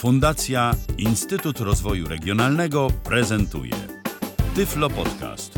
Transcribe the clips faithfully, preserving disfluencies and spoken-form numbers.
Fundacja Instytut Rozwoju Regionalnego prezentuje Tyflo Podcast.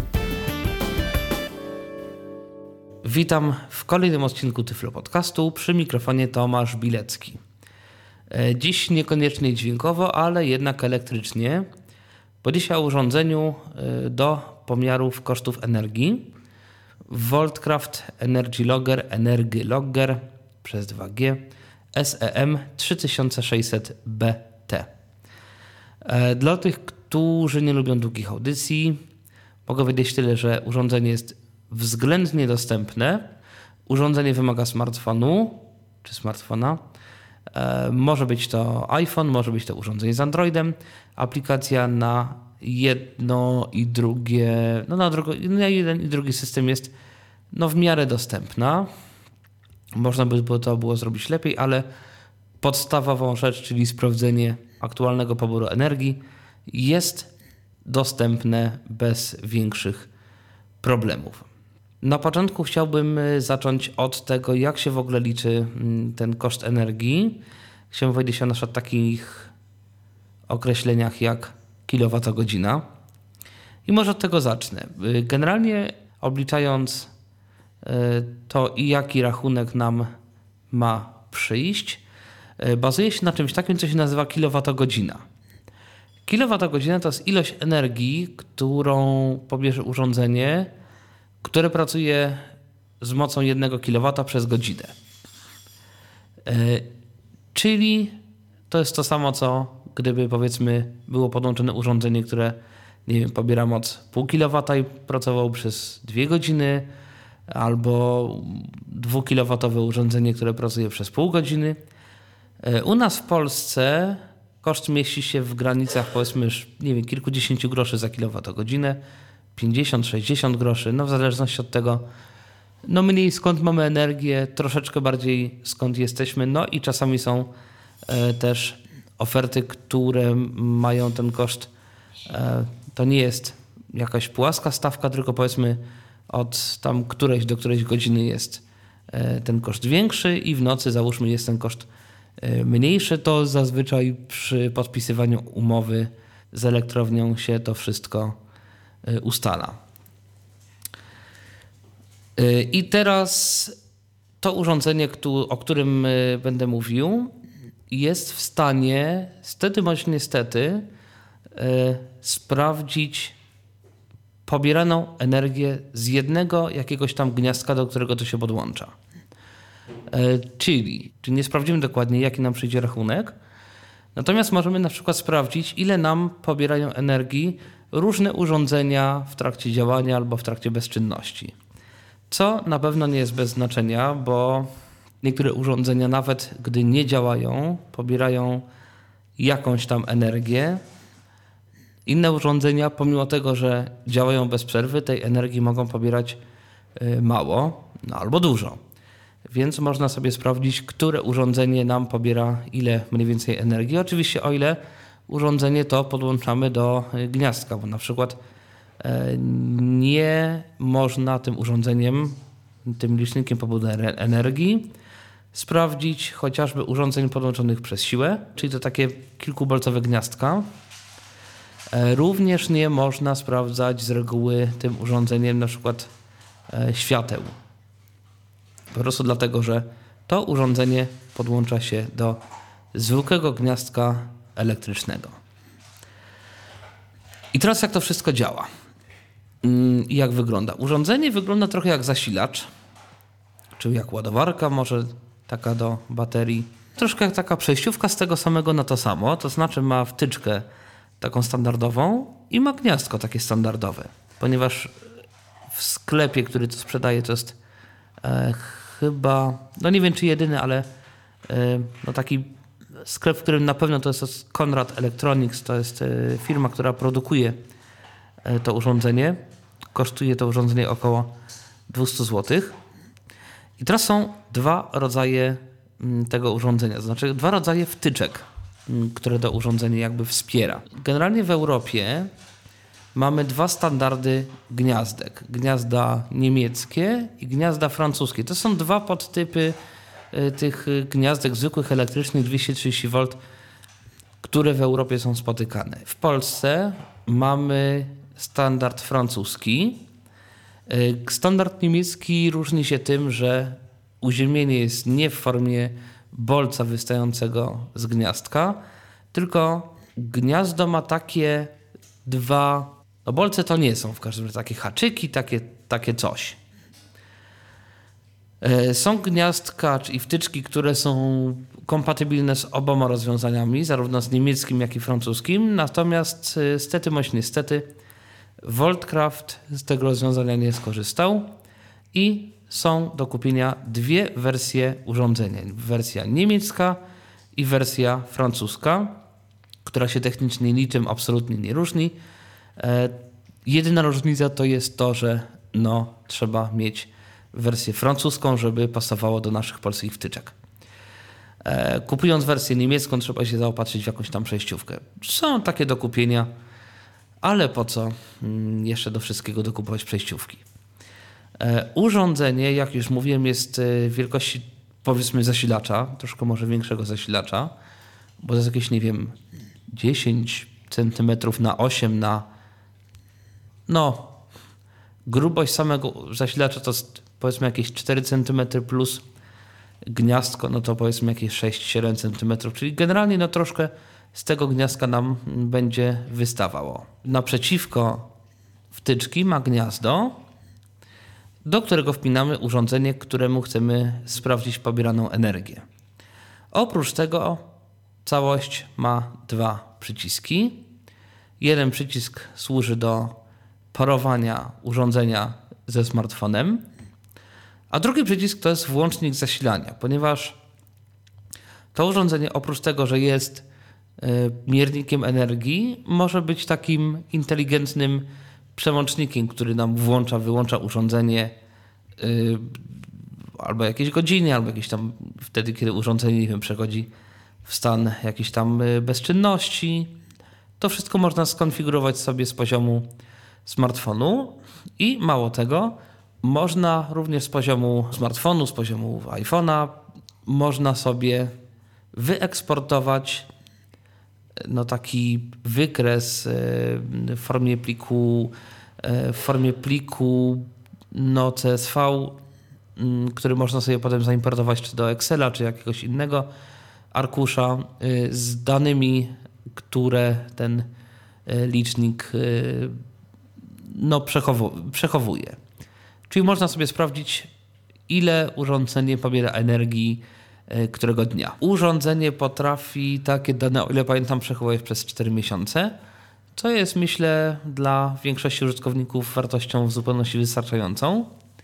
Witam w kolejnym odcinku Tyflo Podcastu. Przy mikrofonie Tomasz Bilecki. Dziś niekoniecznie dźwiękowo, ale jednak elektrycznie, bo dzisiaj o urządzeniu do pomiarów kosztów energii Voltcraft Energy Logger Energy Logger przez dwa G S E M trzy tysiące sześćset B T. Dla tych, którzy nie lubią długich audycji, mogę powiedzieć tyle, że urządzenie jest względnie dostępne. Urządzenie wymaga smartfonu czy smartfona. Może być to iPhone, może być to urządzenie z Androidem. Aplikacja na jedno i drugie, no na, drugo, na jeden i drugi system jest no w miarę dostępna. Można by to było zrobić lepiej, ale podstawową rzecz, czyli sprawdzenie aktualnego poboru energii, jest dostępne bez większych problemów. Na początku chciałbym zacząć od tego, jak się w ogóle liczy ten koszt energii. Chciałbym powiedzieć o na przykład takich określeniach jak kilowatogodzina. I może od tego zacznę. Generalnie obliczając to, jaki rachunek nam ma przyjść, bazuje się na czymś takim, co się nazywa kilowatogodzina. Kilowatogodzina to jest ilość energii, którą pobierze urządzenie, które pracuje z mocą jednego kilowata przez godzinę. Czyli to jest to samo, co gdyby powiedzmy było podłączone urządzenie, które nie wiem, pobiera moc pół kilowata i pracowało przez dwie godziny, albo dwukilowatowe urządzenie, które pracuje przez pół godziny. U nas w Polsce koszt mieści się w granicach powiedzmy nie wiem, kilkudziesięciu groszy za kilowatogodzinę, pięćdziesiąt sześćdziesiąt groszy, no w zależności od tego, no mniej skąd mamy energię, troszeczkę bardziej skąd jesteśmy, no i czasami są e, też oferty, które mają ten koszt, e, to nie jest jakaś płaska stawka, tylko powiedzmy od tam którejś do którejś godziny jest e, ten koszt większy i w nocy załóżmy jest ten koszt e, mniejszy, to zazwyczaj przy podpisywaniu umowy z elektrownią się to wszystko ustala. I teraz to urządzenie, o którym będę mówił, jest w stanie, stety bądź niestety, sprawdzić pobieraną energię z jednego jakiegoś tam gniazdka, do którego to się podłącza. Czyli, czyli nie sprawdzimy dokładnie, jaki nam przyjdzie rachunek, natomiast możemy na przykład sprawdzić, ile nam pobierają energii różne urządzenia w trakcie działania albo w trakcie bezczynności. Co na pewno nie jest bez znaczenia, bo niektóre urządzenia nawet gdy nie działają, pobierają jakąś tam energię. Inne urządzenia, pomimo tego, że działają bez przerwy, tej energii mogą pobierać mało no albo dużo. Więc można sobie sprawdzić, które urządzenie nam pobiera ile mniej więcej energii. Oczywiście o ile urządzenie to podłączamy do gniazdka, bo na przykład nie można tym urządzeniem, tym licznikiem poboru energii sprawdzić chociażby urządzeń podłączonych przez siłę, czyli to takie kilkubolcowe gniazdka. Również nie można sprawdzać z reguły tym urządzeniem na przykład świateł. Po prostu dlatego, że to urządzenie podłącza się do zwykłego gniazdka elektrycznego. I teraz jak to wszystko działa? I jak wygląda? Urządzenie wygląda trochę jak zasilacz, czyli jak ładowarka, może taka do baterii. Troszkę jak taka przejściówka z tego samego na to samo, to znaczy ma wtyczkę taką standardową i ma gniazdko takie standardowe, ponieważ w sklepie, który to sprzedaje, to jest e, chyba, no nie wiem czy jedyny, ale e, no taki sklep, w którym na pewno to jest Conrad Electronics, to jest firma, która produkuje to urządzenie. Kosztuje to urządzenie około dwieście złotych. I teraz są dwa rodzaje tego urządzenia, to znaczy dwa rodzaje wtyczek, które to urządzenie jakby wspiera. Generalnie w Europie mamy dwa standardy gniazdek. Gniazda niemieckie i gniazda francuskie. To są dwa podtypy tych gniazdek zwykłych elektrycznych dwieście trzydzieści wolt, które w Europie są spotykane. W Polsce mamy standard francuski. Standard niemiecki różni się tym, że uziemienie jest nie w formie bolca wystającego z gniazdka, tylko gniazdo ma takie dwa, no bolce to nie są w każdym razie, takie haczyki, takie, takie coś. Są gniazdka i wtyczki, które są kompatybilne z oboma rozwiązaniami, zarówno z niemieckim, jak i francuskim, natomiast stety, mość niestety, Voltcraft z tego rozwiązania nie skorzystał i są do kupienia dwie wersje urządzenia. Wersja niemiecka i wersja francuska, która się technicznie niczym absolutnie nie różni. E, jedyna różnica to jest to, że no, trzeba mieć wersję francuską, żeby pasowało do naszych polskich wtyczek. E, kupując wersję niemiecką trzeba się zaopatrzyć w jakąś tam przejściówkę. Są takie do kupienia, ale po co mm, jeszcze do wszystkiego dokupować przejściówki? E, urządzenie, jak już mówiłem, jest e, wielkości powiedzmy zasilacza, troszkę może większego zasilacza, bo to jest jakieś, nie wiem, dziesięć centymetrów na osiem na no grubość samego zasilacza to jest powiedzmy jakieś cztery centymetry plus gniazdko, no to powiedzmy jakieś sześć siedem centymetrów, czyli generalnie no troszkę z tego gniazdka nam będzie wystawało. Naprzeciwko wtyczki ma gniazdo, do którego wpinamy urządzenie, któremu chcemy sprawdzić pobieraną energię. Oprócz tego całość ma dwa przyciski. Jeden przycisk służy do parowania urządzenia ze smartfonem, a drugi przycisk to jest włącznik zasilania, ponieważ to urządzenie oprócz tego, że jest y, miernikiem energii, może być takim inteligentnym przełącznikiem, który nam włącza, wyłącza urządzenie y, albo jakieś godziny, albo jakieś tam wtedy, kiedy urządzenie, nie wiem, przechodzi w stan jakiejś tam bezczynności. To wszystko można skonfigurować sobie z poziomu smartfonu i mało tego, można również z poziomu smartfonu, z poziomu iPhone'a, można sobie wyeksportować no taki wykres w formie pliku, w formie pliku no C S V, który można sobie potem zaimportować czy do Excela, czy jakiegoś innego arkusza z danymi, które ten licznik no, przechowu- przechowuje. Czyli można sobie sprawdzić, ile urządzenie pobiera energii którego dnia. Urządzenie potrafi takie dane, o ile pamiętam, przechowywać przez cztery miesiące, co jest, myślę, dla większości użytkowników wartością w zupełności wystarczającą.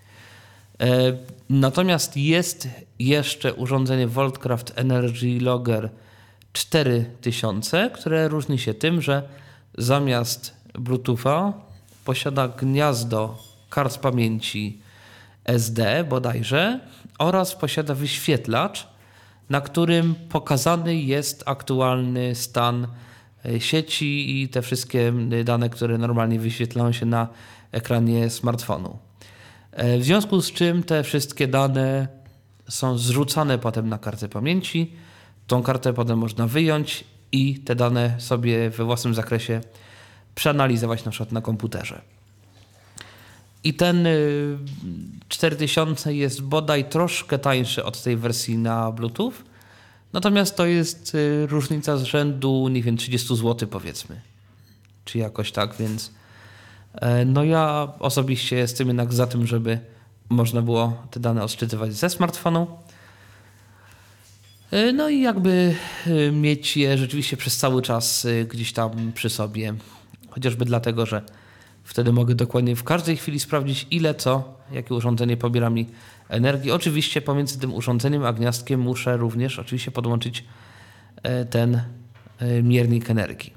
Natomiast jest jeszcze urządzenie Voltcraft Energy Logger cztery tysiące, które różni się tym, że zamiast Bluetootha posiada gniazdo kart pamięci S D bodajże oraz posiada wyświetlacz, na którym pokazany jest aktualny stan sieci i te wszystkie dane, które normalnie wyświetlają się na ekranie smartfonu. W związku z czym te wszystkie dane są zrzucane potem na kartę pamięci. Tą kartę potem można wyjąć i te dane sobie we własnym zakresie przeanalizować na przykład na komputerze. I ten cztery tysiące jest bodaj troszkę tańszy od tej wersji na Bluetooth, natomiast to jest różnica z rzędu, nie wiem, trzydzieści złotych powiedzmy, czy jakoś tak, więc no ja osobiście jestem jednak za tym, żeby można było te dane odczytywać ze smartfonu, no i jakby mieć je rzeczywiście przez cały czas gdzieś tam przy sobie, chociażby dlatego, że wtedy mogę dokładnie w każdej chwili sprawdzić, ile co, jakie urządzenie pobiera mi energii. Oczywiście pomiędzy tym urządzeniem a gniazdkiem muszę również oczywiście podłączyć ten miernik energii.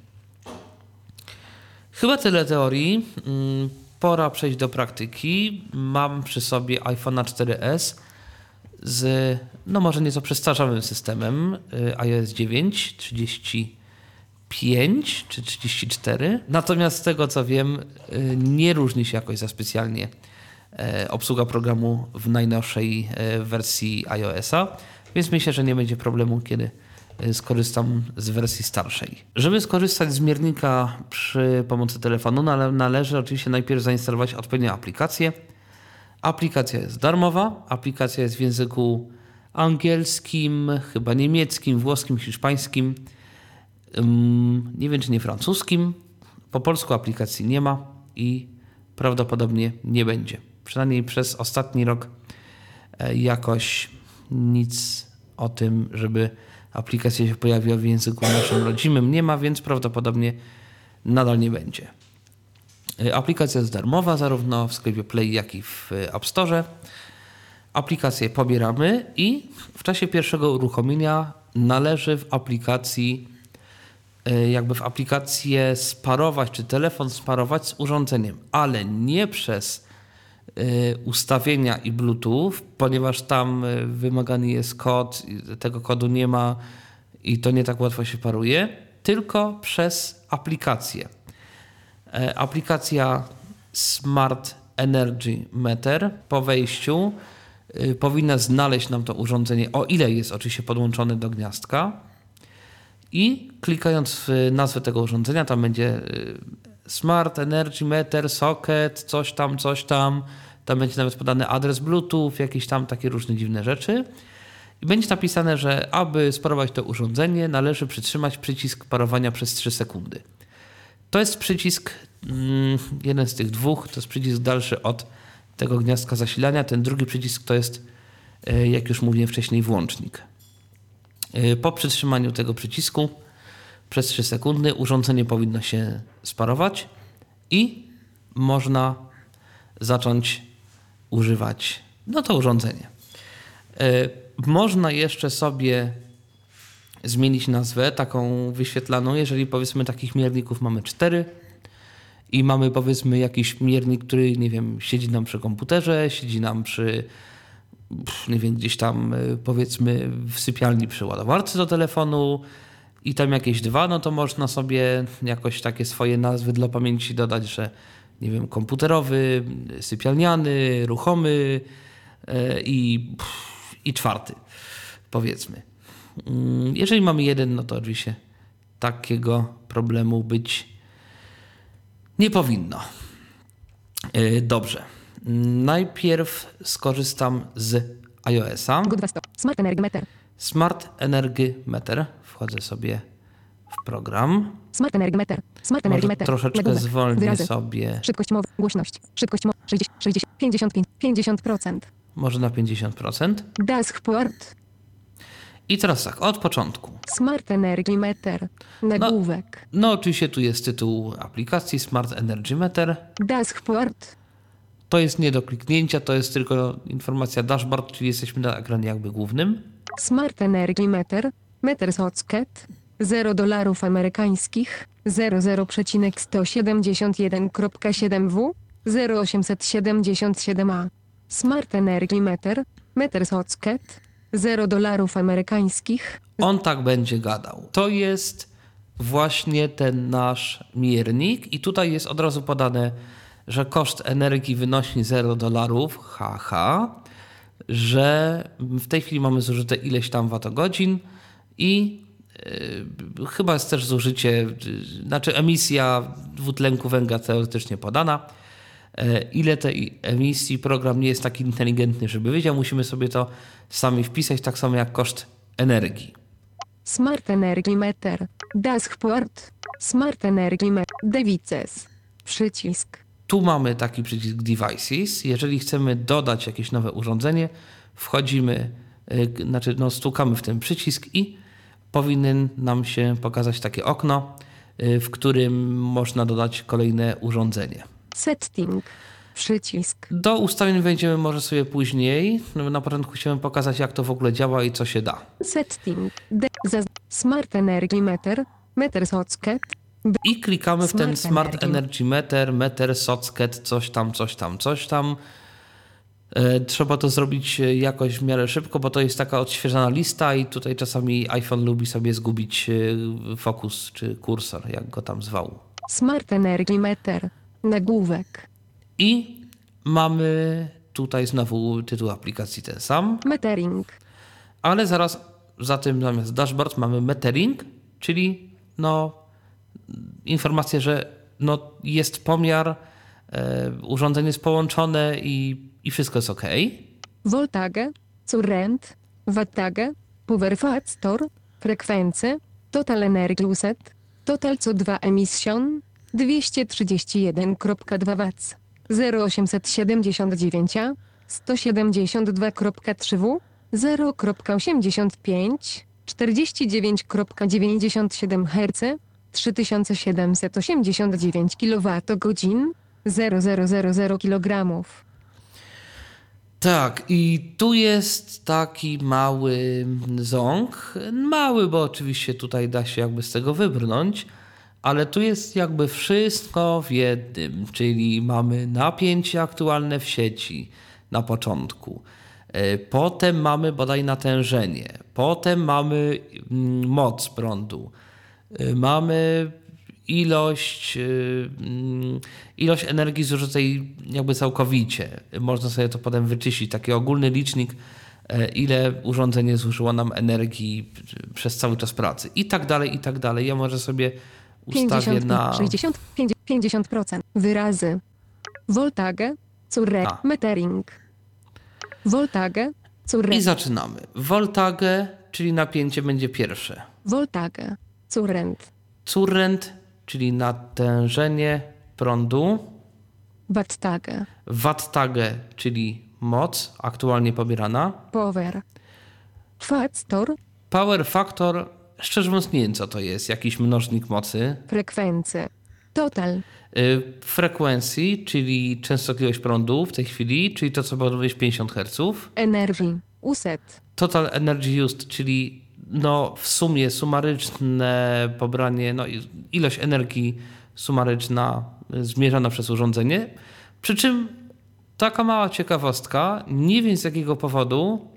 Chyba tyle teorii. Pora przejść do praktyki. Mam przy sobie iPhone'a cztery S z, no może nieco przestarzałym systemem iOS dziewięć, trzydzieści pięć czy trzydzieści cztery. Natomiast z tego co wiem, nie różni się jakoś za specjalnie obsługa programu w najnowszej wersji iOS-a, więc myślę, że nie będzie problemu, kiedy skorzystam z wersji starszej. Żeby skorzystać z miernika przy pomocy telefonu, należy oczywiście najpierw zainstalować odpowiednią aplikację. Aplikacja jest darmowa, aplikacja jest w języku angielskim, chyba niemieckim, włoskim, hiszpańskim, nie wiem czy nie francuskim. Po polsku aplikacji nie ma i prawdopodobnie nie będzie. Przynajmniej przez ostatni rok jakoś nic o tym, żeby aplikacja się pojawiła w języku naszym rodzimym nie ma, więc prawdopodobnie nadal nie będzie. Aplikacja jest darmowa zarówno w sklepie Play, jak i w App Store. Aplikację pobieramy i w czasie pierwszego uruchomienia należy w aplikacji jakby w aplikację sparować, czy telefon sparować z urządzeniem, ale nie przez ustawienia i Bluetooth, ponieważ tam wymagany jest kod, tego kodu nie ma i to nie tak łatwo się paruje, tylko przez aplikację. Aplikacja Smart Energy Meter po wejściu powinna znaleźć nam to urządzenie, o ile jest oczywiście podłączone do gniazdka, i klikając w nazwę tego urządzenia, tam będzie Smart Energy Meter, socket, coś tam, coś tam. Tam będzie nawet podany adres Bluetooth, jakieś tam takie różne dziwne rzeczy. I będzie napisane, że aby sparować to urządzenie, należy przytrzymać przycisk parowania przez trzy sekundy. To jest przycisk, mm, jeden z tych dwóch, to jest przycisk dalszy od tego gniazdka zasilania. Ten drugi przycisk to jest, jak już mówiłem wcześniej, włącznik. Po przytrzymaniu tego przycisku przez trzy sekundy urządzenie powinno się sparować i można zacząć używać no to urządzenie. Można jeszcze sobie zmienić nazwę, taką wyświetlaną, jeżeli powiedzmy takich mierników mamy cztery i mamy powiedzmy jakiś miernik, który nie wiem, siedzi nam przy komputerze, siedzi nam przy nie wiem, gdzieś tam powiedzmy w sypialni przy ładowarce do telefonu i tam jakieś dwa, no to można sobie jakoś takie swoje nazwy dla pamięci dodać, że nie wiem, komputerowy, sypialniany, ruchomy i, i czwarty, powiedzmy. Jeżeli mamy jeden, no to oczywiście takiego problemu być nie powinno. Dobrze. Najpierw skorzystam z iOS-a. Smart Energy Meter. Smart Energy Meter. Wchodzę sobie w program. Smart Energy Meter. Smart Energy Meter. Troszeczkę Nagłówek. zwolnię Wyrazy. sobie. Szybkość mowy. Głośność. Szybkość mowy. sześćdziesiąt, sześćdziesiąt, pięćdziesiąt pięć, pięćdziesiąt procent. Może na pięćdziesiąt procent. Dashboard. I teraz tak, od początku. Smart Energy Meter. Nagłówek. No oczywiście tu jest tytuł aplikacji Smart Energy Meter. Dashboard. To jest nie do kliknięcia, to jest tylko informacja dashboard, czyli jesteśmy na ekranie jakby głównym. Smart Energy Meter. Meter socket. zero dolarów amerykańskich. zero przecinek sto siedemdziesiąt jeden kropka siedem W. zero osiemset siedemdziesiąt siedem A. Smart Energy Meter. Meter socket. zero dolarów amerykańskich. On tak będzie gadał. To jest właśnie ten nasz miernik i tutaj jest od razu podane, że koszt energii wynosi zero dolarów, haha, że w tej chwili mamy zużyte ileś tam watogodzin i yy, chyba jest też zużycie, yy, znaczy emisja dwutlenku węgla teoretycznie podana. Yy, ile tej emisji, program nie jest taki inteligentny, żeby wiedział, musimy sobie to sami wpisać, tak samo jak koszt energii. Smart Energy Meter. Dashboard. Smart Energy Meter. Devices. Przycisk. Tu mamy taki przycisk Devices. Jeżeli chcemy dodać jakieś nowe urządzenie, wchodzimy, yy, znaczy no, stukamy w ten przycisk i powinien nam się pokazać takie okno, yy, w którym można dodać kolejne urządzenie. Setting. Przycisk. Do ustawień wejdziemy może sobie później. Na początku chciałem pokazać, jak to w ogóle działa i co się da. Setting. De- zaz- Smart Energy Meter. Meter socket. I klikamy w ten Smart Smart Energy. Energy Meter, Meter Socket, coś tam, coś tam, coś tam. E, trzeba to zrobić jakoś w miarę szybko, bo to jest taka odświeżana lista i tutaj czasami iPhone lubi sobie zgubić e, fokus czy kursor, jak go tam zwał. Smart Energy Meter. Nagłówek. I mamy tutaj znowu tytuł aplikacji ten sam, Metering. ale zaraz za tym zamiast dashboard mamy metering, czyli no, informację, że no, jest pomiar, e, urządzenie jest połączone i, i wszystko jest ok. Voltage, current, wattage, power factor, frekwencje, total energy uset, total C O dwa emission, dwieście trzydzieści jeden przecinek dwa watts, zero osiemset siedemdziesiąt dziewięć A, sto siedemdziesiąt dwa przecinek trzy W, zero przecinek osiemdziesiąt pięć, czterdzieści dziewięć przecinek dziewięćdziesiąt siedem herców, trzy tysiące siedemset osiemdziesiąt dziewięć kilowatogodzin, zero przecinek zero zero kilogramów. Tak, i tu jest taki mały ząg, mały, bo oczywiście tutaj da się jakby z tego wybrnąć, ale tu jest jakby wszystko w jednym, czyli mamy napięcie aktualne w sieci na początku, potem mamy bodaj natężenie, potem mamy moc prądu, mamy ilość, ilość energii zużytej jakby całkowicie. Można sobie to potem wyczyścić, taki ogólny licznik, ile urządzenie zużyło nam energii przez cały czas pracy i tak dalej, i tak dalej. Ja może sobie ustawię pięćdziesiąt, na... sześćdziesiąt, pięćdziesiąt procent. Wyrazy. Voltage, current, A. metering. Voltage, I current, zaczynamy. Voltage, czyli napięcie będzie pierwsze. voltage, current, Current, czyli natężenie prądu. wattage, Wattage, czyli moc aktualnie pobierana. power, factor, Power factor, szczerze mówiąc nie wiem co to jest, jakiś mnożnik mocy. frekwencje, total, Yy, Frequency, czyli częstotliwość prądu w tej chwili, czyli to co powoduje pięćdziesiąt herców. energy, uset, Total energy used, czyli no w sumie sumaryczne pobranie, no i ilość energii sumaryczna zmierzana przez urządzenie. Przy czym taka mała ciekawostka, nie wiem z jakiego powodu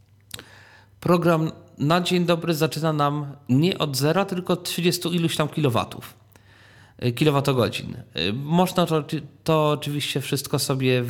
program na dzień dobry zaczyna nam nie od zera, tylko od trzydziestu iluś tam kilowatów, kilowatogodzin. Można to, to oczywiście wszystko sobie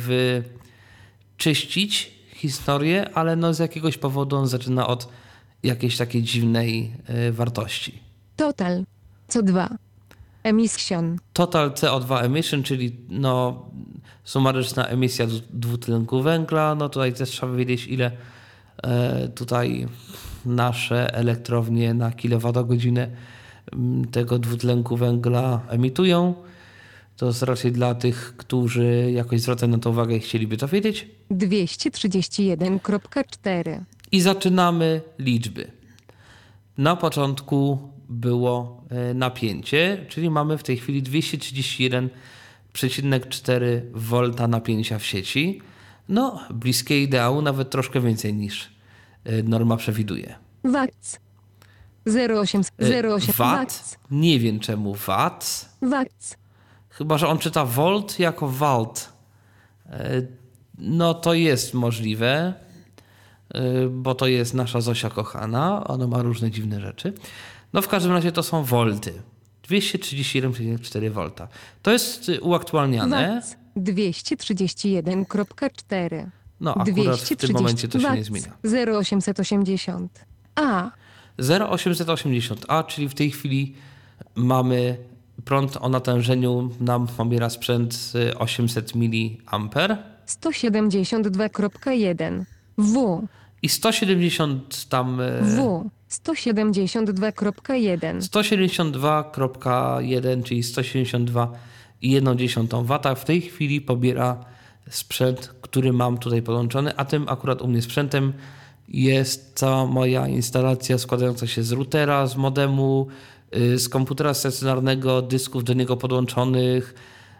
wyczyścić, historię, ale no z jakiegoś powodu on zaczyna od jakiejś takiej dziwnej y, wartości. total, C O dwa, emission, Total C O dwa emission, czyli no, sumaryczna emisja dwutlenku węgla. No tutaj też trzeba wiedzieć, ile e, tutaj nasze elektrownie na kilowatogodzinę m, tego dwutlenku węgla emitują. To jest raczej dla tych, którzy jakoś zwracają na to uwagę i chcieliby to wiedzieć. dwieście trzydzieści jeden przecinek cztery, I zaczynamy liczby. Na początku było e, napięcie, czyli mamy w tej chwili dwieście trzydzieści jeden przecinek cztery wolta napięcia w sieci. No, bliskie ideału, nawet troszkę więcej niż e, norma przewiduje. watts, zero przecinek osiem, E, zero przecinek osiem, Watt? watts, Nie wiem czemu watt. watts, Chyba że on czyta volt jako walt. E, No to jest możliwe, e, bo to jest nasza Zosia kochana. Ona ma różne dziwne rzeczy. No w każdym razie to są wolty. dwieście trzydzieści jeden przecinek cztery wolta. To jest y, uaktualniane. watts, dwieście trzydzieści jeden przecinek cztery. No akurat w tym momencie to się nie zmienia. zero osiemset osiemdziesiąt. A. zero przecinek osiemset osiemdziesiąt A, czyli w tej chwili mamy prąd o natężeniu, nam pobiera sprzęt y, osiemset miliamperów sto siedemdziesiąt dwa przecinek jeden. W. i sto siedemdziesiąt tam y, W. sto siedemdziesiąt dwa przecinek jeden. sto siedemdziesiąt dwa przecinek jeden, czyli sto siedemdziesiąt dwa i jedna dziesiąta wata w tej chwili pobiera sprzęt, który mam tutaj podłączony, a tym akurat u mnie sprzętem jest cała moja instalacja składająca się z routera, z modemu, z komputera stacjonarnego, dysków do niego podłączonych,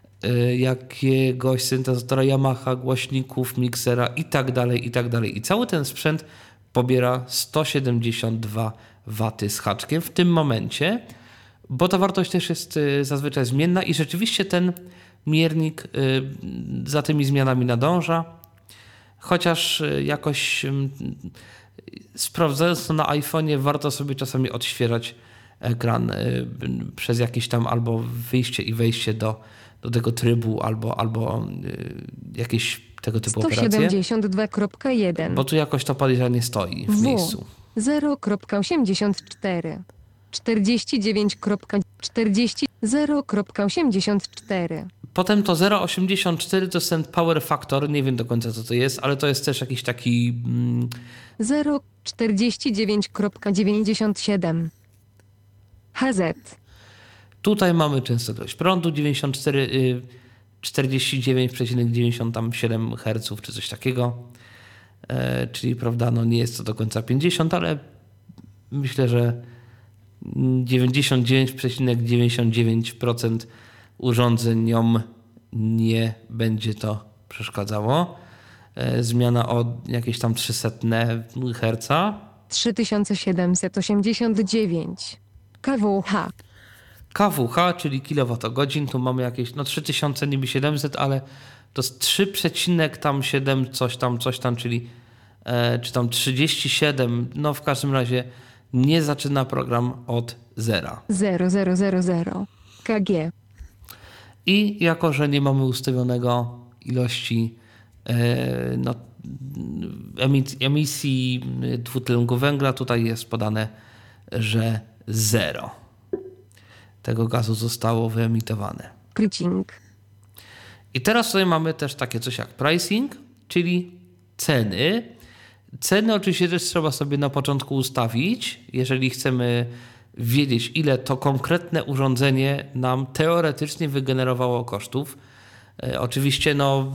jakiegoś syntezatora Yamaha, głośników, miksera i tak dalej, i tak dalej. I cały ten sprzęt pobiera sto siedemdziesiąt dwa waty z haczkiem w tym momencie, bo ta wartość też jest zazwyczaj zmienna i rzeczywiście ten miernik za tymi zmianami nadąża, chociaż jakoś sprawdzając to na iPhone'ie warto sobie czasami odświeżać ekran przez jakieś tam albo wyjście i wejście do, do tego trybu albo, albo jakieś tego typu sto operacje, siedemdziesiąt dwa przecinek jeden. bo tu jakoś to podejrzanie stoi w W. miejscu. zero przecinek osiemdziesiąt cztery. czterdzieści dziewięć przecinek czterdzieści. zero przecinek osiemdziesiąt cztery. Potem to zero przecinek osiemdziesiąt cztery to jest ten power factor, nie wiem do końca co to jest, ale to jest też jakiś taki... Mm, zero przecinek czterdzieści dziewięć przecinek dziewięćdziesiąt siedem. H Z. tutaj mamy częstotliwość prądu dziewięćdziesiąt cztery, y, czterdzieści dziewięć przecinek dziewięćdziesiąt siedem herców czy coś takiego. E, czyli prawda, no nie jest to do końca pięćdziesiąt, ale myślę, że dziewięćdziesiąt dziewięć przecinek dziewięćdziesiąt dziewięć procent urządzeniom nie będzie to przeszkadzało. E, zmiana o jakieś tam trzysta herca. trzy tysiące siedemset osiemdziesiąt dziewięć. K W H. K W H, czyli kilowatogodzin, tu mamy jakieś, no trzy tysiące niby siedemset, ale to jest trzy przecinek siedem coś tam, coś tam, czyli e, czy tam trzydzieści siedem, no w każdym razie nie zaczyna program od zera. zero zero zero zero. K G. I jako, że nie mamy ustawionego ilości e, no, emis- emisji dwutlenku węgla, tutaj jest podane, że zero tego gazu zostało wyemitowane. Pricing. I teraz tutaj mamy też takie coś jak pricing, czyli ceny. Ceny oczywiście też trzeba sobie na początku ustawić, jeżeli chcemy wiedzieć, ile to konkretne urządzenie nam teoretycznie wygenerowało kosztów. E, oczywiście no,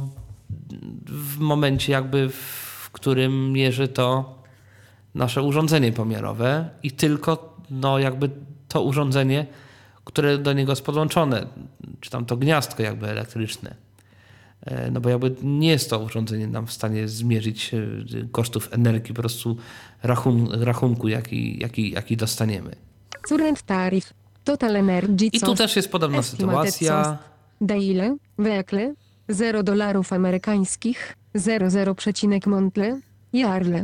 w momencie jakby, w którym mierzy to nasze urządzenie pomiarowe i tylko no, jakby to urządzenie, które do niego jest podłączone, czy tam to gniazdko jakby elektryczne. No bo jakby nie jest to urządzenie nam w stanie zmierzyć kosztów energii, po prostu rachun, rachunku, jaki, jaki, jaki dostaniemy. Current tariff. Total energy. I tu też jest podobna sytuacja. Daily. Weekly. zero dolarów amerykańskich. zero zero przecinek monthly. Yearly.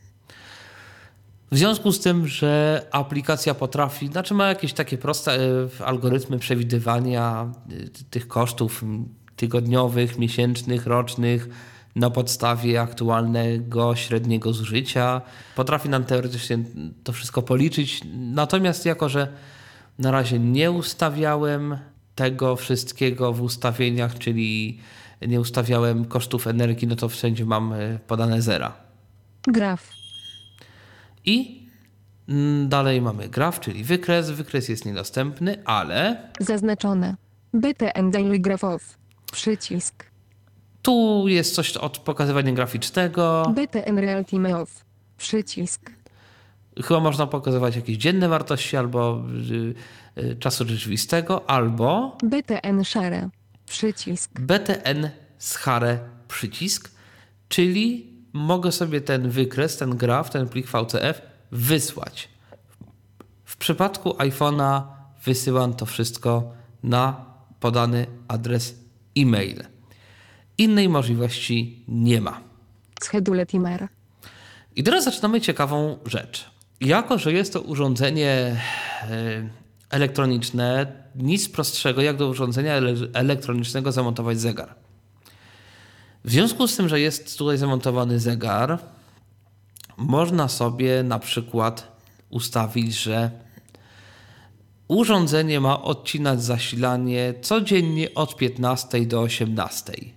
W związku z tym, że aplikacja potrafi, znaczy ma jakieś takie proste y, algorytmy przewidywania y, tych kosztów tygodniowych, miesięcznych, rocznych na podstawie aktualnego średniego zużycia. Potrafi nam teoretycznie to wszystko policzyć. Natomiast jako, że na razie nie ustawiałem tego wszystkiego w ustawieniach, czyli nie ustawiałem kosztów energii, no to wszędzie mam podane zera. Graf. I dalej mamy graf, czyli wykres. Wykres jest niedostępny, ale... Zaznaczone. B T N Daily Graph Off. Przycisk. Tu jest coś od pokazywania graficznego. B T N Real Time Off. Przycisk. Chyba można pokazywać jakieś dzienne wartości albo y, y, czasu rzeczywistego, albo B T N Share. Przycisk. B T N Schare przycisk, czyli mogę sobie ten wykres, ten graf, ten plik V C F wysłać. W przypadku iPhone'a wysyłam to wszystko na podany adres e-mail. Innej możliwości nie ma. Schedule Timer. I teraz zaczynamy ciekawą rzecz. Jako, że jest to urządzenie elektroniczne, nic prostszego jak do urządzenia elektronicznego zamontować zegar. W związku z tym, że jest tutaj zamontowany zegar, można sobie na przykład ustawić, że urządzenie ma odcinać zasilanie codziennie od piętnastej do osiemnastej.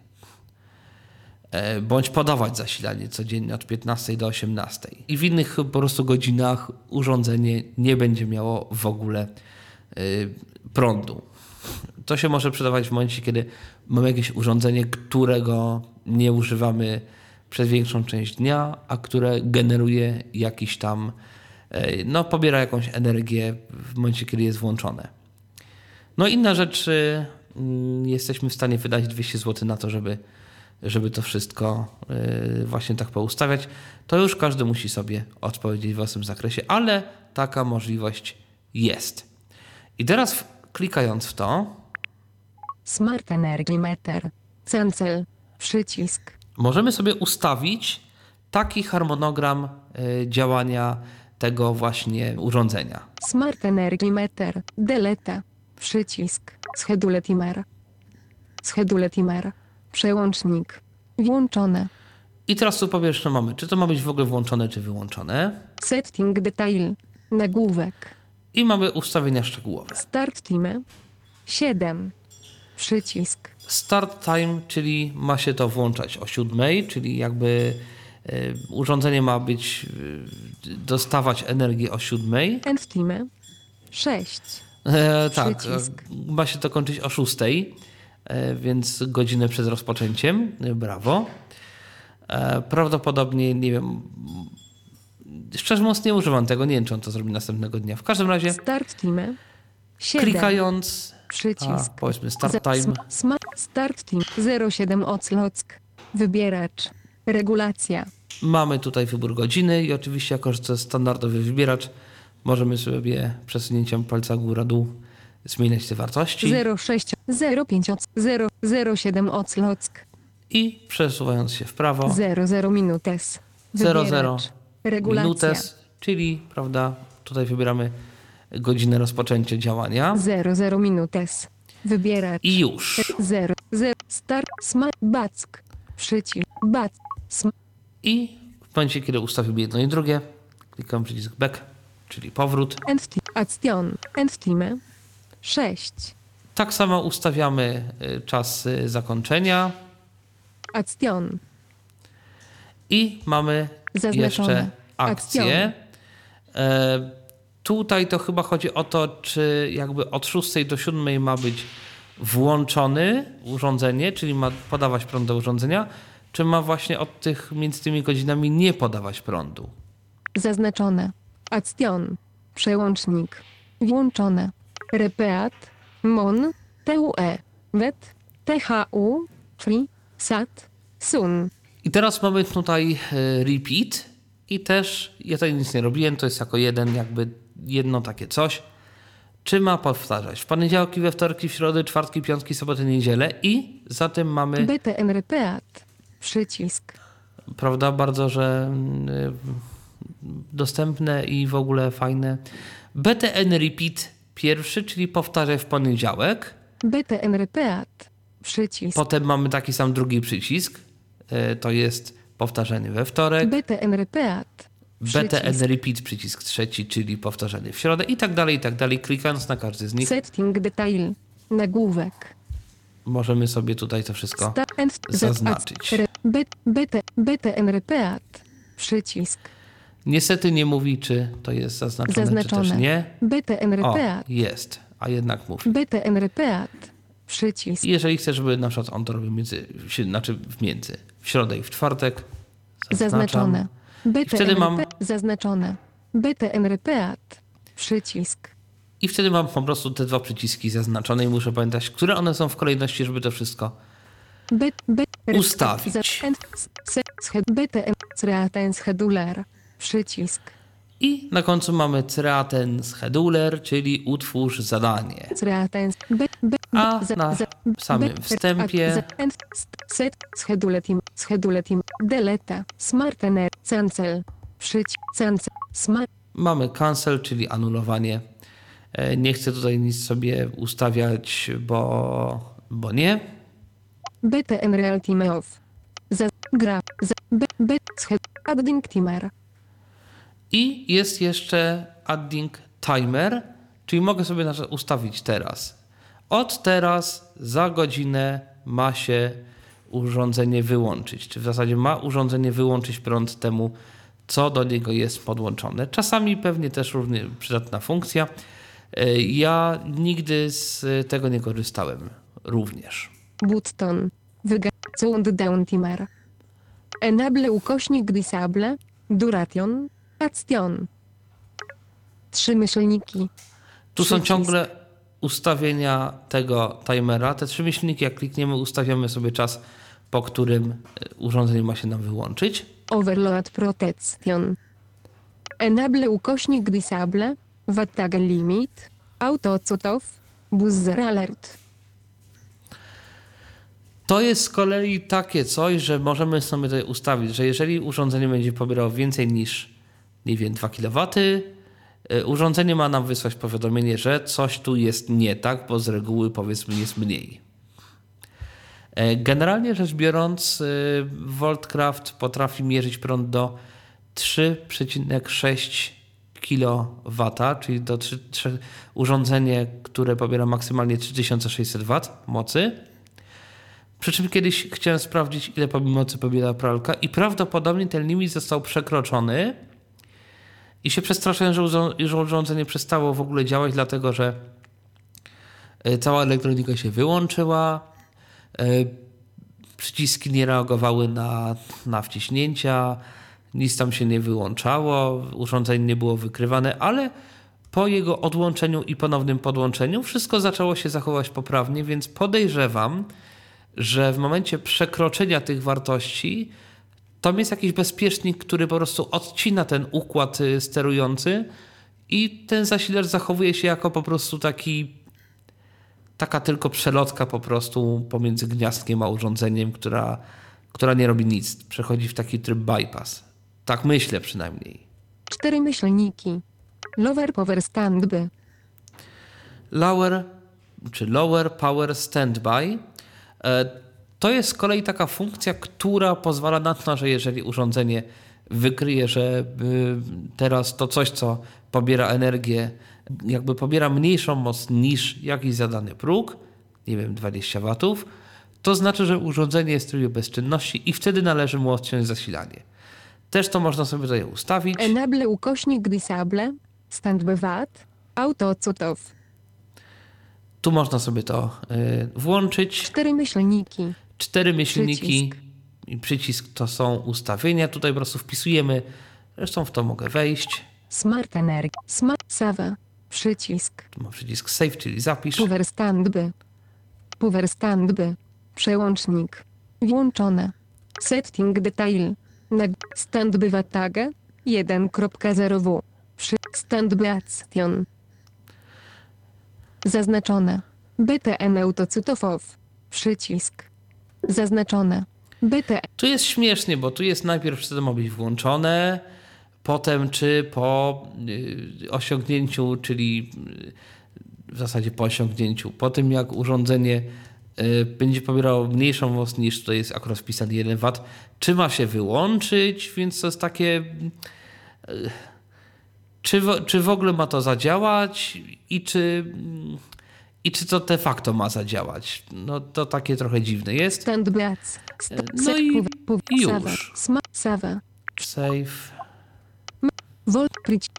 Bądź podawać zasilanie codziennie od piętnastej do osiemnastej. I w innych po prostu godzinach urządzenie nie będzie miało w ogóle y, prądu. To się może przydawać w momencie, kiedy mamy jakieś urządzenie, którego nie używamy przez większą część dnia, a które generuje jakiś tam, y, no pobiera jakąś energię w momencie, kiedy jest włączone. No inna rzecz, y, y, jesteśmy w stanie wydać dwieście złotych na to, żeby żeby to wszystko yy, właśnie tak poustawiać, to już każdy musi sobie odpowiedzieć w własnym zakresie, ale taka możliwość jest. I teraz w, klikając w to, Smart Energy Meter. Cancel. Przycisk. możemy sobie ustawić taki harmonogram yy, działania tego właśnie urządzenia. Smart Energy Meter. Delete. Przycisk. Schedule Timer. Schedule Timer. Przełącznik. Włączone. I teraz tu powiesz, no mamy, czy to ma być w ogóle włączone, czy wyłączone. Setting detail. Nagłówek. I mamy ustawienia szczegółowe. Start time. siedem. Przycisk. Start time, czyli ma się to włączać o siódmej, czyli jakby y, urządzenie ma być, y, dostawać energię o siódmej. End time. sześć. E, tak, Przycisk. e, ma się to kończyć o szóstej, e, więc godzinę przed rozpoczęciem. E, brawo. E, prawdopodobnie, nie wiem, szczerze mówiąc nie używam tego, nie wiem, czy on to zrobi następnego dnia. W każdym razie Start time. siedem. klikając, a, Przycisk. powiedzmy start Za- time, sm- sma- Start time. zero siedem Oclock. Wybieracz. Regulacja. mamy tutaj wybór godziny i oczywiście jako, że to jest standardowy wybieracz, możemy sobie przesunięciem palca góra-dół zmieniać te wartości zero sześć zero pięć oc zero zero siedem Oclock. i przesuwając się w prawo, zero zero minutes. zero Wybieracz. zero Regulacja. minutes, czyli prawda, tutaj wybieramy godzinę rozpoczęcia działania zero zero minutes. Wybieracz. i już. zero zero Start. Sma. Back. Przycisk. Back. Sm. I w momencie, kiedy ustawimy jedno i drugie, klikam przycisk back, czyli powrót. End time. Action. End time. sześć. Tak samo ustawiamy y, czas y, zakończenia Action. i mamy Zaznaczone. jeszcze akcję. E, tutaj to chyba chodzi o to, czy jakby od szóstej do siódmej ma być włączony urządzenie, czyli ma podawać prąd do urządzenia, czy ma właśnie od tych między tymi godzinami nie podawać prądu. Zaznaczone. Action. Przełącznik. Włączone. Repeat. Mon. T U E. Wet. T H U. Free. Sat. Sun. I teraz mamy tutaj e, repeat i też, ja tutaj nic nie robiłem, to jest jako jeden jakby jedno takie coś. Czy ma powtarzać w poniedziałki, we wtorki, w środy, czwartki, piątki, soboty, niedzielę i za tym mamy, B T N Repeat. Przycisk. prawda, bardzo, że y, dostępne i w ogóle fajne. B T N repeat pierwszy, czyli powtarzaj w poniedziałek. B T N Repeat. Przycisk. Potem mamy taki sam drugi przycisk, y, to jest powtarzanie we wtorek. B T N Repeat. B T N Przycisk. repeat przycisk trzeci, czyli powtarzanie w środę i tak dalej, i tak dalej. Klikając na każdy z nich Setting detail. Nagłówek. możemy sobie tutaj to wszystko Sta- and- zaznaczyć. Re- B- BT B T N Repeat. Przycisk. Niestety nie mówi, czy to jest zaznaczone, Zaznaczone. czy też nie. B T N O, Repeat. jest, a jednak mówi. B T N Repeat. Przycisk. I jeżeli chcesz, żeby na przykład on to robił między, się- znaczy w między, w środę i w czwartek, zaznaczam. Zaznaczone. B T N wtedy mam- Repeat. Zaznaczone. B T N Repeat. Przycisk. I wtedy mam po prostu te dwa przyciski zaznaczone i muszę pamiętać, które one są w kolejności, żeby to wszystko B, B, Ustawić. B T N Createn Scheduler. Przycisk. I na końcu mamy Createn Scheduler, czyli utwórz zadanie. Createn B, B, A za- na za- samym B- wstępie za- en- Set. Schedule team. Schedule team. Deleta. Smartener. Cancel. Przycisk. Cancel. Smart. mamy cancel, czyli anulowanie. E, Nie chcę tutaj nic sobie ustawiać, bo, bo nie. B T N Real Team Off. Za. Gra. Za. B. B. Sched. Adding Timer. I jest jeszcze adding timer, czyli mogę sobie na przykład ustawić teraz. Od teraz za godzinę ma się urządzenie wyłączyć. Czy w zasadzie ma urządzenie wyłączyć prąd temu, co do niego jest podłączone. Czasami pewnie też równie przydatna funkcja. E, Ja nigdy z tego nie korzystałem również. Button. Wyga. Countdown Timer. Enable ukośnik disable. Duration. Action. Trzy myślniki. Tu są Przycisk. ciągle ustawienia tego timera. Te trzy myślniki, jak klikniemy, ustawiamy sobie czas, po którym e, urządzenie ma się nam wyłączyć. Overload Protection. Enable ukośnik disable. Wattag limit. Auto cutoff. Buzzer alert. To jest z kolei takie coś, że możemy sobie tutaj ustawić, że jeżeli urządzenie będzie pobierało więcej niż, nie wiem, dwa kilowatty, y, urządzenie ma nam wysłać powiadomienie, że coś tu jest nie tak, bo z reguły powiedzmy jest mniej. Generalnie rzecz biorąc, Voltcraft potrafi mierzyć prąd do trzy przecinek sześć kilowata, czyli do trzy, trzy, urządzenie, które pobiera maksymalnie trzy tysiące sześćset watów mocy. Przy czym kiedyś chciałem sprawdzić, ile mocy pobiera pralka i prawdopodobnie ten limit został przekroczony i się przestraszyłem, że urządzenie przestało w ogóle działać, dlatego że cała elektronika się wyłączyła, przyciski nie reagowały na, na wciśnięcia, nic tam się nie wyłączało, urządzenie nie było wykrywane, ale po jego odłączeniu i ponownym podłączeniu wszystko zaczęło się zachować poprawnie, więc podejrzewam, że w momencie przekroczenia tych wartości tam jest jakiś bezpiecznik, który po prostu odcina ten układ sterujący i ten zasilacz zachowuje się jako po prostu taki taka tylko przelotka po prostu pomiędzy gniazdkiem a urządzeniem, która, która nie robi nic. Przechodzi w taki tryb bypass. Tak myślę przynajmniej. Cztery myślniki. Lower Power Standby. Lower, czy Lower Power Standby. To jest z kolei taka funkcja, która pozwala na to, że jeżeli urządzenie wykryje, że teraz to coś, co pobiera energię, jakby pobiera mniejszą moc niż jakiś zadany próg, nie wiem, dwadzieścia watów, to znaczy, że urządzenie jest w trybie bezczynności i wtedy należy mu odciąć zasilanie. Też to można sobie tutaj ustawić. Enable ukośnik disable, standby watt, auto cutoff. Tu można sobie to y, włączyć. Cztery myślniki. Cztery myślniki Przycisk. i przycisk to są ustawienia. Tutaj po prostu wpisujemy, zresztą w to mogę wejść. Smart Energy. Smart Save. Przycisk. Tu mam przycisk save, czyli zapisz. Power Standby. Power Standby. Przełącznik. Włączone. Setting Detail. Nag standby wattage jeden kropka zero W. Przy standby action. Zaznaczone. B T N Auto Cutoff off. Przycisk. Zaznaczone. B T. Tu jest śmiesznie, bo tu jest najpierw, czy to ma być włączone, potem czy po y, osiągnięciu, czyli y, w zasadzie po osiągnięciu, po tym jak urządzenie y, będzie pobierało mniejszą moc niż to jest akurat wpisany jeden wat, czy ma się wyłączyć, więc to jest takie y, czy, w, czy w ogóle ma to zadziałać i czy i czy to de facto ma zadziałać. No to takie trochę dziwne jest. Standby ads. No i, i Save. już. Smart Save. Save. Volt Pric.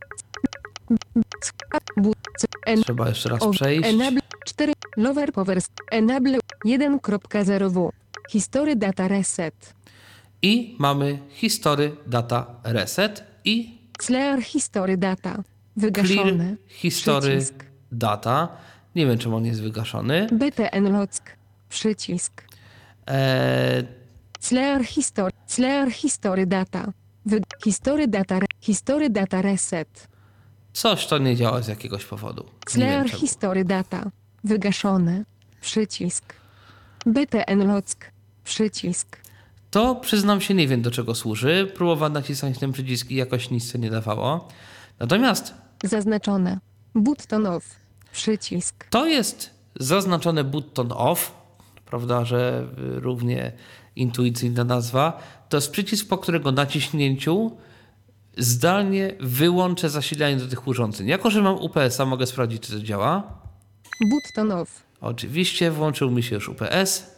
Trzeba jeszcze raz przejść. Enable cztery. Lower Power. Enable jeden kropka zero W. History Data Reset. I mamy History Data Reset i Clear History Data. Clear Wygaszone. History Przycisk. Data. Nie wiem, czemu on jest wygaszony. B T N Lock. Przycisk. Eee, Clear History. Clear History Data. Wy History Data. Re History Data Reset. coś to nie działa z jakiegoś powodu. Nie wiem Clear czemu. History Data. Wygaszone. Przycisk. B T N Lock. Przycisk. To przyznam się, nie wiem do czego służy. Próbowałem nacisnąć ten przycisk i jakoś nic to nie dawało. Natomiast Zaznaczone. Button off. Przycisk. to jest zaznaczone button off, prawda, że równie intuicyjna nazwa. To jest przycisk, po którego naciśnięciu zdalnie wyłączę zasilanie do tych urządzeń. Jako że mam U P S a, mogę sprawdzić, czy to działa. Button off. Oczywiście włączył mi się już U P S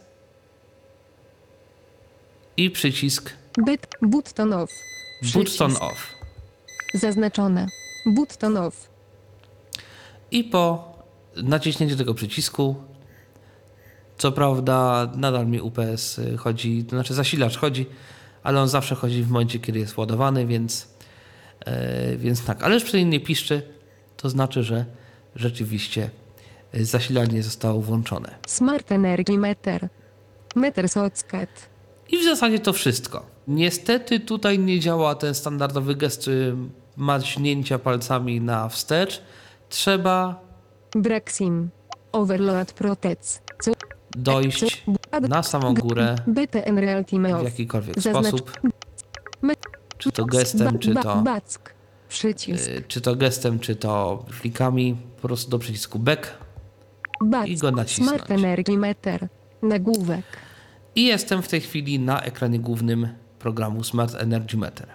i przycisk Bet button off. button Przycisk. off. Zaznaczone. Button off. I po naciśnięciu tego przycisku, co prawda nadal mi U P S chodzi, to znaczy zasilacz chodzi, ale on zawsze chodzi w momencie, kiedy jest ładowany, więc, yy, więc tak. Ale już przynajmniej nie piszczy, to znaczy, że rzeczywiście zasilanie zostało włączone. Smart Energy Meter. Meter Socket. I w zasadzie to wszystko. Niestety tutaj nie działa ten standardowy gest y, maźnięcia palcami na wstecz. Trzeba Brak SIM. Overload Protec. Co? dojść na samą górę B T N Reality w Off. jakikolwiek Zaznacz- sposób. Me- Czy to gestem, czy to, Back. Przycisk. y, czy to gestem, czy to flikami. Po prostu do przycisku back. Back. i go nacisnąć. Smart Energy Meter. Nagłówek. I jestem w tej chwili na ekranie głównym programu Smart Energy Meter.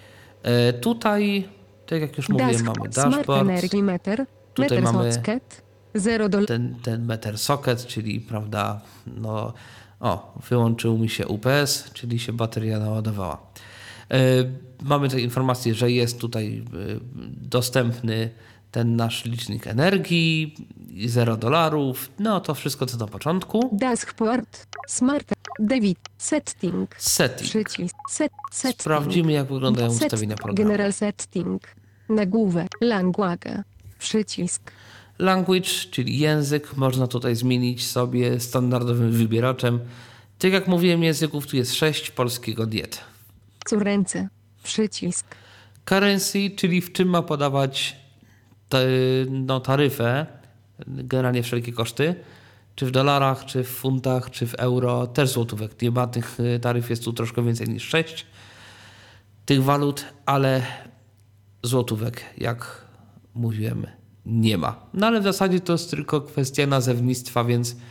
E, tutaj, tak jak już mówiłem, Dask, mamy Smart dashboard. Energy Meter, Tutaj Meter mamy Socket, zero do... ten, ten meter socket, czyli prawda, no, o, wyłączył mi się U P S, czyli się bateria naładowała. E, mamy tutaj informację, że jest tutaj e, dostępny ten nasz licznik energii, zero dolarów, no to wszystko co na początku. Dashboard, Smart, David, Setting, Setting. przycisk, set, setting. Sprawdzimy, jak wyglądają Set- ustawienia programu. General Setting, nagłówek, language, przycisk, Language, czyli język, można tutaj zmienić sobie standardowym wybieraczem. Tak jak mówiłem, języków tu jest sześć, polskiego diet. ręce, przycisk, Currency, czyli w czym ma podawać te, no, taryfę, generalnie wszelkie koszty, czy w dolarach, czy w funtach, czy w euro, też złotówek. Nie ma tych y, taryf, jest tu troszkę więcej niż sześć tych walut, ale złotówek, jak mówiłem, nie ma. No ale w zasadzie to jest tylko kwestia nazewnictwa, więc y,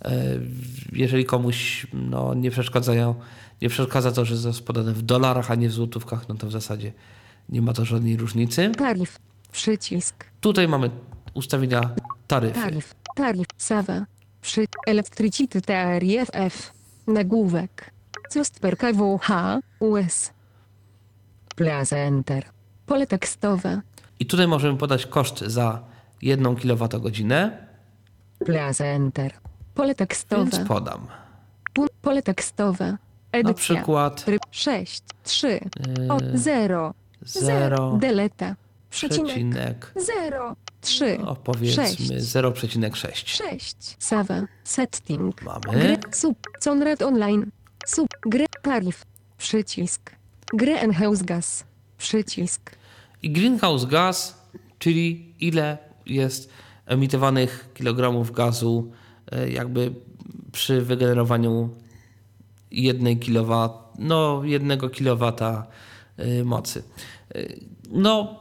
jeżeli komuś no, nie przeszkadzają, nie przeszkadza to, że jest podane w dolarach, a nie w złotówkach, no to w zasadzie nie ma to żadnej różnicy. taryf, przycisk, Tutaj mamy ustawienia taryfy. taryf, taryf, Sava, przy, Electricity T R I F F, nagłówek, cost per kWh, U S, Plaza Enter, pole tekstowe, I tutaj możemy podać koszt za jedną kilowatogodzinę, Plaza Enter, pole tekstowe, więc podam. pu- pole tekstowe, edycja, Na przykład tryb sześć, trzy, yy, o, zero, zero deleta, przecinek, przecinek, zero, trzy, no powiedzmy sześć. zero przecinek sześć. sześć, Sava, setting, Mamy. gry, sub, Conrad Online, sub, gry, taryf, przycisk, gry Enhouse Gas, przycisk, I greenhouse gas, czyli ile jest emitowanych kilogramów gazu e, jakby przy wygenerowaniu jednej kilowat, no jednego kilowata e, mocy. E, No,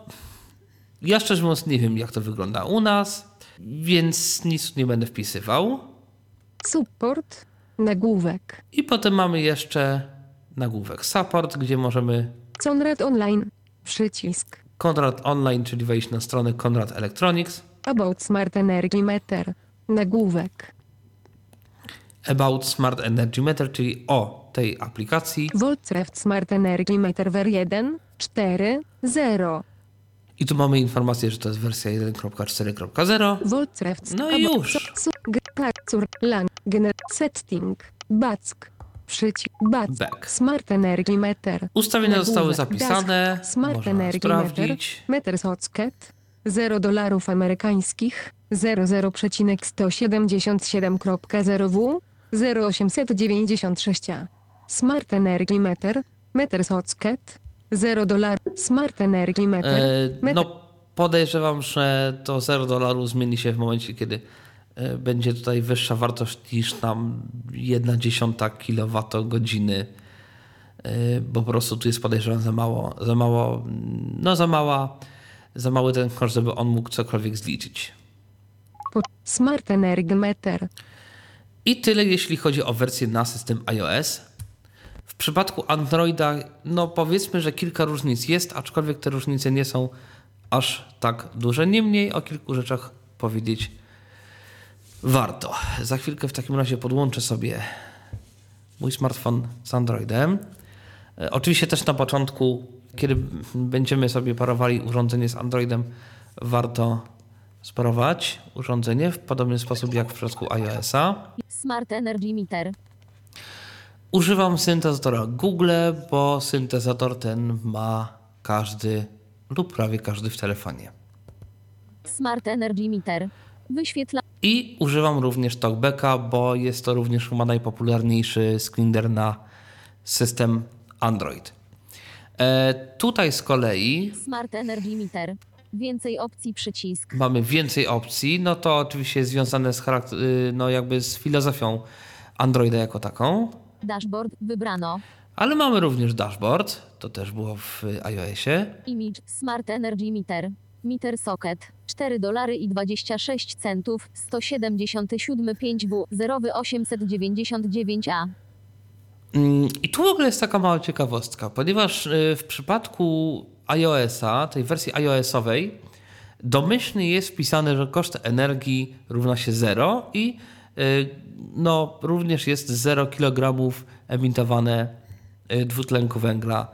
ja szczerze mówiąc nie wiem, jak to wygląda u nas, więc nic nie będę wpisywał. support, nagłówek, I potem mamy jeszcze nagłówek support, gdzie możemy Conrad Online, przycisk, Conrad Online, czyli wejść na stronę Conrad Electronics, About Smart Energy Meter, nagłówek, About Smart Energy Meter, czyli o tej aplikacji. Voltsreft Smart Energy Meter ver jeden, cztery, zero, I tu mamy informację, że to jest wersja jeden kropka cztery kropka zero. Voltsreft, No i About- już. su- su- g- tar- cur- lan, gener, setting, back, przycisk, back, Back. Smart Energy Meter, Ustawienia nagłówek, zostały zapisane. Dask, Smart Można Energy sprawdzić. Meter, Meter Socket, zero dolarów amerykańskich, zero zero przecinek sto siedemdziesiąt siedem kropka zero W, zero osiemset dziewięćdziesiąt sześć A. Smart Energy Meter, Meter Socket, zero dolarów, Smart Energy Meter, E, Meter, no podejrzewam, że to zero dolarów zmieni się w momencie, kiedy e, będzie tutaj wyższa wartość niż tam jedna dziesiąta kilowatogodziny. E, bo po prostu tu jest podejrzewam za mało, za mało, no za mała, za mały ten koszt, żeby on mógł cokolwiek zliczyć. po- Smart Energy Meter, I tyle, jeśli chodzi o wersję na system iOS. W przypadku Androida, no powiedzmy, że kilka różnic jest, aczkolwiek te różnice nie są aż tak duże. Niemniej o kilku rzeczach powiedzieć warto. Za chwilkę w takim razie podłączę sobie mój smartfon z Androidem. E, Oczywiście też na początku, kiedy będziemy sobie parowali urządzenie z Androidem, warto sparować urządzenie w podobny sposób jak w przypadku iOS-a. Smart Energy Meter. Używam syntezatora Google, bo syntezator ten ma każdy lub prawie każdy w telefonie. Smart Energy Meter. Wyświetla I używam również TalkBacka, bo jest to również chyba najpopularniejszy screener na system Android. E, tutaj z kolei Smart Energy Meter. Więcej opcji przycisk. mamy więcej opcji. No to oczywiście jest związane z charakter- y, no jakby z filozofią Androida jako taką. Dashboard wybrano. Ale mamy również dashboard. To też było w iOSie. Image Smart Energy Meter. Meter Socket. cztery dolary i dwadzieścia sześć centów. sto siedemdziesiąt siedem pięć W. zero osiemset dziewięćdziesiąt dziewięć A. I tu w ogóle jest taka mała ciekawostka, ponieważ w przypadku iOS-a, tej wersji iOS-owej, domyślnie jest wpisane, że koszt energii równa się zero i no, również jest zero kilogramów emitowane dwutlenku węgla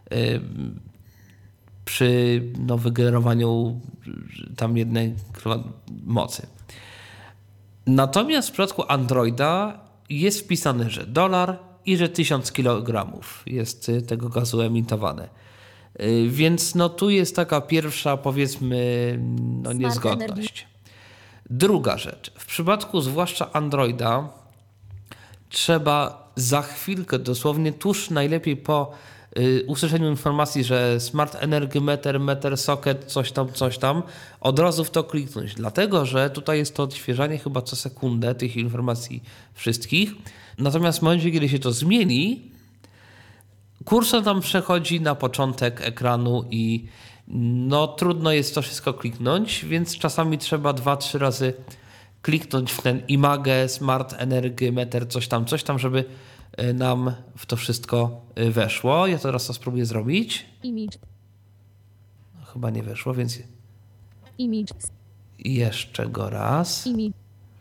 przy no, wygenerowaniu tam jednej mocy. Natomiast w przypadku Androida jest wpisane, że dolar i że tysiąc kilogramów jest tego gazu emitowane. Więc no, tu jest taka pierwsza, powiedzmy, no, niezgodność. Druga rzecz. W przypadku zwłaszcza Androida trzeba za chwilkę, dosłownie tuż najlepiej po y, usłyszeniu informacji, że Smart Energy Meter, Meter Socket, coś tam, coś tam, od razu w to kliknąć. Dlatego, że tutaj jest to odświeżanie chyba co sekundę tych informacji wszystkich. Natomiast w momencie, kiedy się to zmieni, kursor tam przechodzi na początek ekranu i no trudno jest to wszystko kliknąć, więc czasami trzeba dwa, trzy razy kliknąć w ten imagę, Smart Energy Meter, coś tam, coś tam, żeby nam w to wszystko weszło. Ja teraz to spróbuję zrobić. Image. No, chyba nie weszło, więc Image. jeszcze go raz. Image.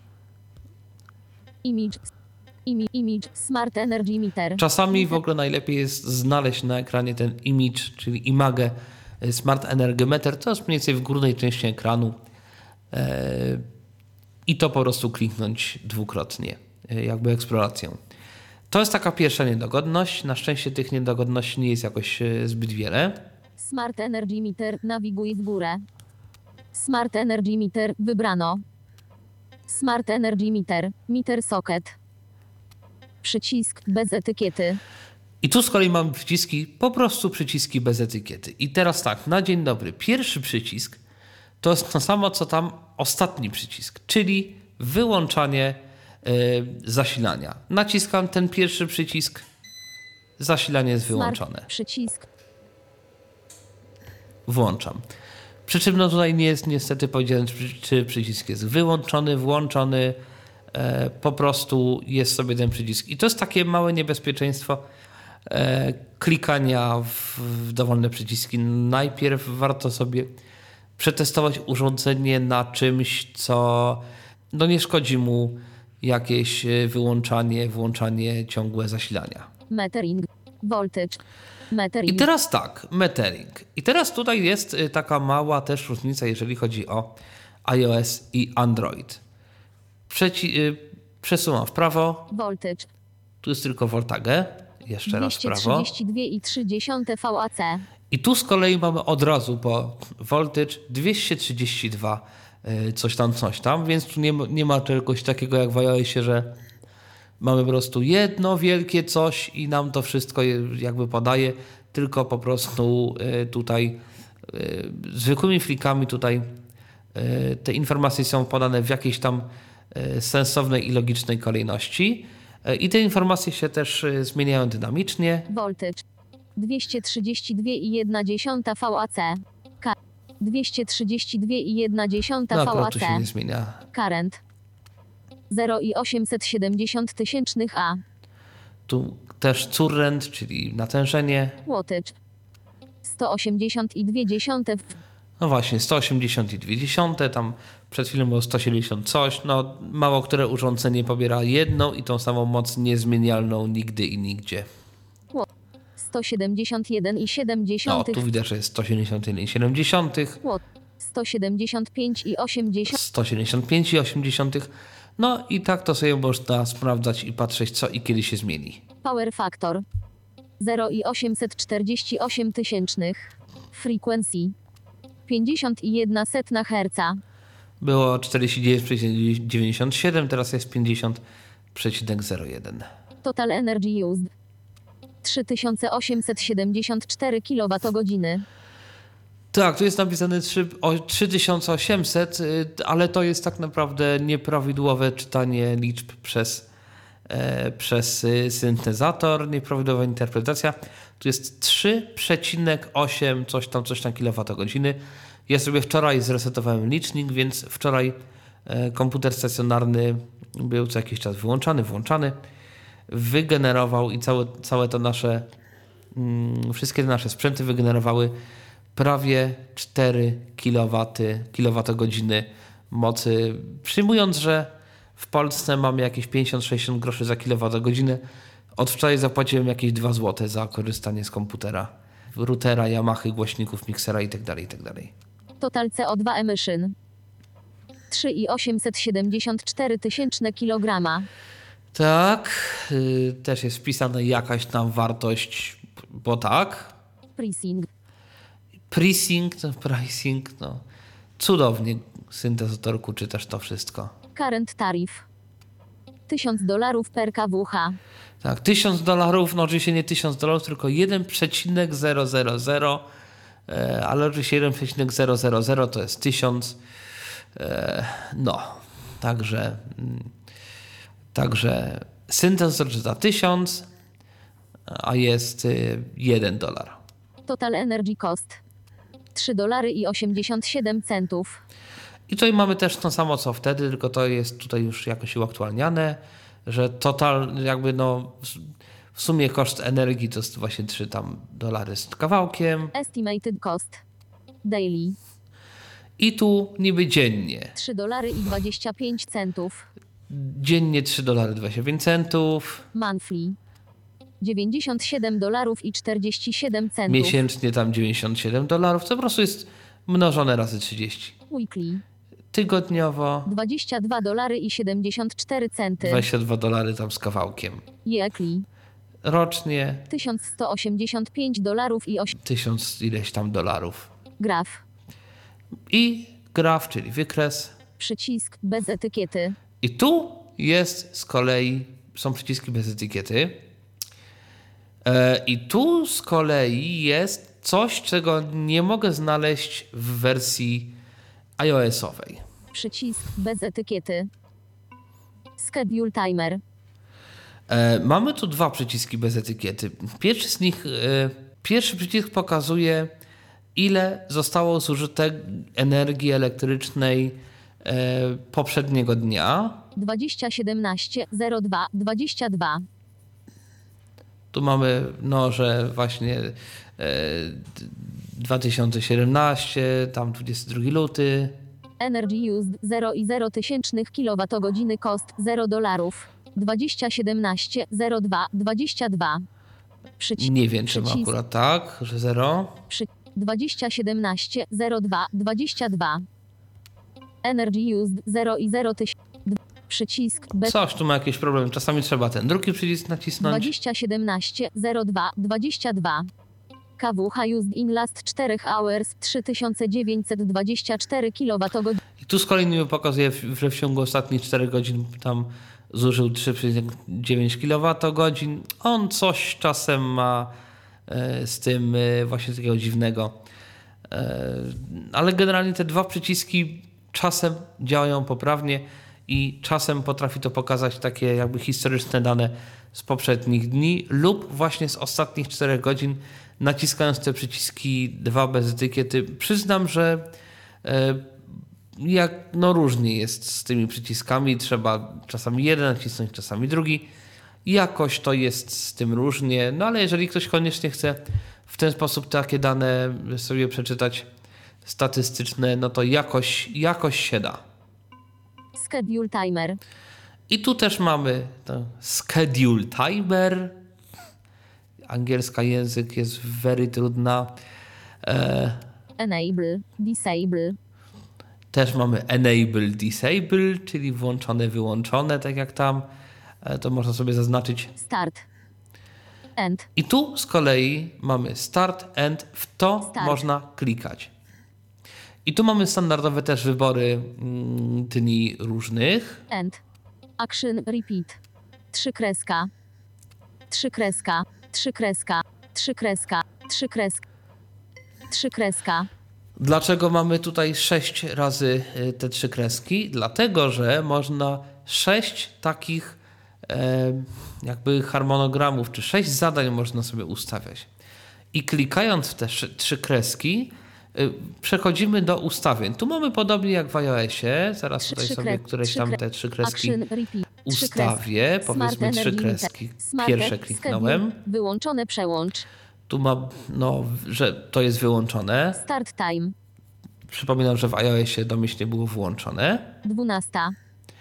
Image. Image. Image. Smart Energy Meter. Czasami w ogóle najlepiej jest znaleźć na ekranie ten image, czyli imagę Smart Energy Meter. To jest mniej więcej w górnej części ekranu. I to po prostu kliknąć dwukrotnie, jakby eksploracją. To jest taka pierwsza niedogodność. Na szczęście tych niedogodności nie jest jakoś zbyt wiele. Smart Energy Meter. Nawiguj w górę. Smart Energy Meter. Wybrano. Smart Energy Meter. Meter Socket. Przycisk bez etykiety. I tu z kolei mamy przyciski, po prostu przyciski bez etykiety. I teraz tak, na dzień dobry. Pierwszy przycisk to jest to samo, co tam ostatni przycisk, czyli wyłączanie y, zasilania. Naciskam ten pierwszy przycisk, zasilanie jest wyłączone. Smart przycisk. Włączam. Przy czym no tutaj nie jest niestety powiedziane, czy przycisk jest wyłączony, włączony, e, po prostu jest sobie ten przycisk. I to jest takie małe niebezpieczeństwo e, klikania w, w dowolne przyciski. Najpierw warto sobie przetestować urządzenie na czymś, co no nie szkodzi mu jakieś wyłączanie, włączanie ciągłe zasilania. Metering. Voltage. Metering. I teraz tak, metering. I teraz tutaj jest taka mała też różnica, jeżeli chodzi o iOS i Android. Przeci- y, przesuwam w prawo. Voltage. Tu jest tylko voltage. Jeszcze raz w prawo. dwieście trzydzieści dwa i trzy dziesiąte V A C. I tu z kolei mamy od razu po voltage dwieście trzydzieści dwa y, coś tam, coś tam, więc tu nie ma, nie ma czegoś takiego jak w iOSie, że mamy po prostu jedno wielkie coś i nam to wszystko jakby podaje, tylko po prostu tutaj zwykłymi flikami tutaj te informacje są podane w jakiejś tam sensownej i logicznej kolejności. I te informacje się też zmieniają dynamicznie. Voltage. dwieście trzydzieści dwa i jedna dziesiąta V A C. K. dwieście trzydzieści dwa i jedna dziesiąta No V A akurat tu C. się nie zmienia. Current. zero i osiemset siedemdziesiąt tysięcznych A. Tu też current, czyli natężenie. Wattage. sto osiemdziesiąt i dwie dziesiąte. No właśnie, sto osiemdziesiąt i dwie dziesiąte, tam przed chwilą było sto siedemdziesiąt coś. No mało które urządzenie pobiera jedną i tą samą moc niezmienialną nigdy i nigdzie. sto siedemdziesiąt jeden i siedem No dziesiątych. tu widać, że jest sto siedemdziesiąt jeden i siedem dziesiątych. sto siedemdziesiąt pięć i osiem dziesiątych. sto siedemdziesiąt pięć i osiem dziesiątych. No i tak to sobie można sprawdzać i patrzeć, co i kiedy się zmieni. Power factor. zero i osiemset czterdzieści osiem tysięcznych. Frequency. pięćdziesiąt i jedna setna herca. Było czterdzieści dziewięć przecinek dziewięćdziesiąt siedem, teraz jest pięćdziesiąt przecinek zero jeden. Total energy used. trzy tysiące osiemset siedemdziesiąt cztery kilowatogodziny. Tak, tu jest napisane trzy tysiące osiemset, ale to jest tak naprawdę nieprawidłowe czytanie liczb przez, e, przez syntezator, nieprawidłowa interpretacja. Tu jest trzy przecinek osiem coś tam, coś tam kilowatogodziny. Ja sobie wczoraj zresetowałem licznik, więc wczoraj e, komputer stacjonarny był co jakiś czas wyłączany, włączany. wygenerował i całe, całe to nasze, mm, wszystkie te nasze sprzęty wygenerowały prawie cztery kilowatogodziny mocy. Przyjmując, że w Polsce mamy jakieś pięćdziesiąt sześćdziesiąt groszy za kilowatogodzinę, od wczoraj zapłaciłem jakieś dwa złote za korzystanie z komputera, routera, Yamahy, głośników, miksera itd. itd. Total C O dwa emission. trzy tysiące osiemset siedemdziesiąt cztery tysięczne kilograma. Tak, yy, też jest wpisana jakaś tam wartość, bo tak. Pricing. Pricing, no, pricing, no. Cudownie, syntezatorku, czytasz to wszystko. Current tariff. tysiąc dolarów per K W H. Tak, tysiąc dolarów, no oczywiście nie tysiąc dolarów, tylko jeden przecinek zero zero zero, e, ale oczywiście jeden przecinek zero zero zero to jest tysiąc. E, no, także, mm, także syntezator za tysiąc, a jest y, jeden dolar. Total energy cost. trzy dolary i osiemdziesiąt siedem centów. I tutaj mamy też to samo co wtedy, tylko to jest tutaj już jakoś uaktualniane, że total jakby no w sumie koszt energii to jest właśnie trzy tam dolary z kawałkiem. Estimated cost. Daily. I tu niby dziennie. trzy dolary i dwadzieścia pięć centów. Dziennie trzy dolary dwadzieścia pięć centów. Monthly. dziewięćdziesiąt siedem dolarów i czterdzieści siedem centów. Miesięcznie tam dziewięćdziesiąt siedem dolarów, co po prostu jest mnożone razy trzydzieści. Weekly. Tygodniowo dwadzieścia dwa dolary i siedemdziesiąt cztery centy. dwadzieścia dwa dolary tam z kawałkiem. Yearly. Rocznie tysiąc sto osiemdziesiąt pięć dolarów i osiem. tysiąc ileś tam dolarów. Graf. I graf, czyli wykres. Przycisk bez etykiety. I tu jest z kolei, są przyciski bez etykiety. E, I tu z kolei jest coś, czego nie mogę znaleźć w wersji iOS-owej. Przycisk bez etykiety. Schedule timer. E, mamy tu dwa przyciski bez etykiety. Pierwszy z nich, e, pierwszy przycisk pokazuje, ile zostało zużyte energii elektrycznej e, poprzedniego dnia. dwadzieścia siedemnaście zero dwa dwadzieścia dwa. Tu mamy, no, że właśnie e, dwa tysiące siedemnaście, tam dwudziestego drugiego lutego. Energy used zero i zero tysięcznych kilowatogodziny cost zero dolarów. dwadzieścia siedemnaście zero dwa dwadzieścia dwa. Przyci- Nie wiem, czy ma przycisk- akurat tak, że zero. Przy dwadzieścia siedemnaście zero dwa dwadzieścia dwa. Energy used zero i zero tysięcy. Przycisk bez Coś tu ma jakiś problem. Czasami trzeba ten drugi przycisk nacisnąć. dwadzieścia siedemnaście zero dwa dwadzieścia dwa. K W H used in last cztery hours trzy tysiące dziewięćset dwadzieścia cztery kilowatogodziny. I tu z kolei mi pokazuje, że w ciągu ostatnich czterech godzin tam zużył trzy przecinek dziewięć kilowatogodzin. On coś czasem ma e, z tym e, właśnie takiego dziwnego. E, ale generalnie te dwa przyciski czasem działają poprawnie i czasem potrafi to pokazać takie jakby historyczne dane z poprzednich dni lub właśnie z ostatnich czterech godzin, naciskając te przyciski dwa bez etykiety. Przyznam, że e, jak no różnie jest z tymi przyciskami, trzeba czasami jeden nacisnąć, czasami drugi. Jakoś to jest z tym różnie, no ale jeżeli ktoś koniecznie chce w ten sposób takie dane sobie przeczytać statystyczne, no to jakoś, jakoś się da. Schedule timer. I tu też mamy to schedule timer. Angielski język jest very trudna. E, Enable. Disable. też mamy enable, disable, czyli włączone, wyłączone, tak jak tam. E, to można sobie zaznaczyć. Start. End. I tu z kolei mamy start, end. W to Start. można klikać. I tu mamy standardowe też wybory mm, dni różnych. End. Action. Repeat. Trzy kreska. Trzy kreska. Trzy kreska. Trzy kreska. Trzy kreska. Trzy kreska. Dlaczego mamy tutaj sześć razy y, te trzy kreski? Dlatego, że można sześć takich e, jakby harmonogramów, czy sześć zadań można sobie ustawiać. I klikając w te szy- trzy kreski, Przechodzimy do ustawień. Tu mamy podobnie jak w iOSie. Zaraz Trzy- tutaj trzy sobie kre- któreś trzy tam kre- te trzy kreski Action, repeat. Trzy ustawię. kreski. Smart Powiedzmy trzy Energy kreski. Meter. Smart Pierwsze Schedule. kliknąłem. Wyłączone przełącz. Tu mam, no, że to jest wyłączone. Start time. Przypominam, że w iOSie domyślnie było włączone. dwunasta.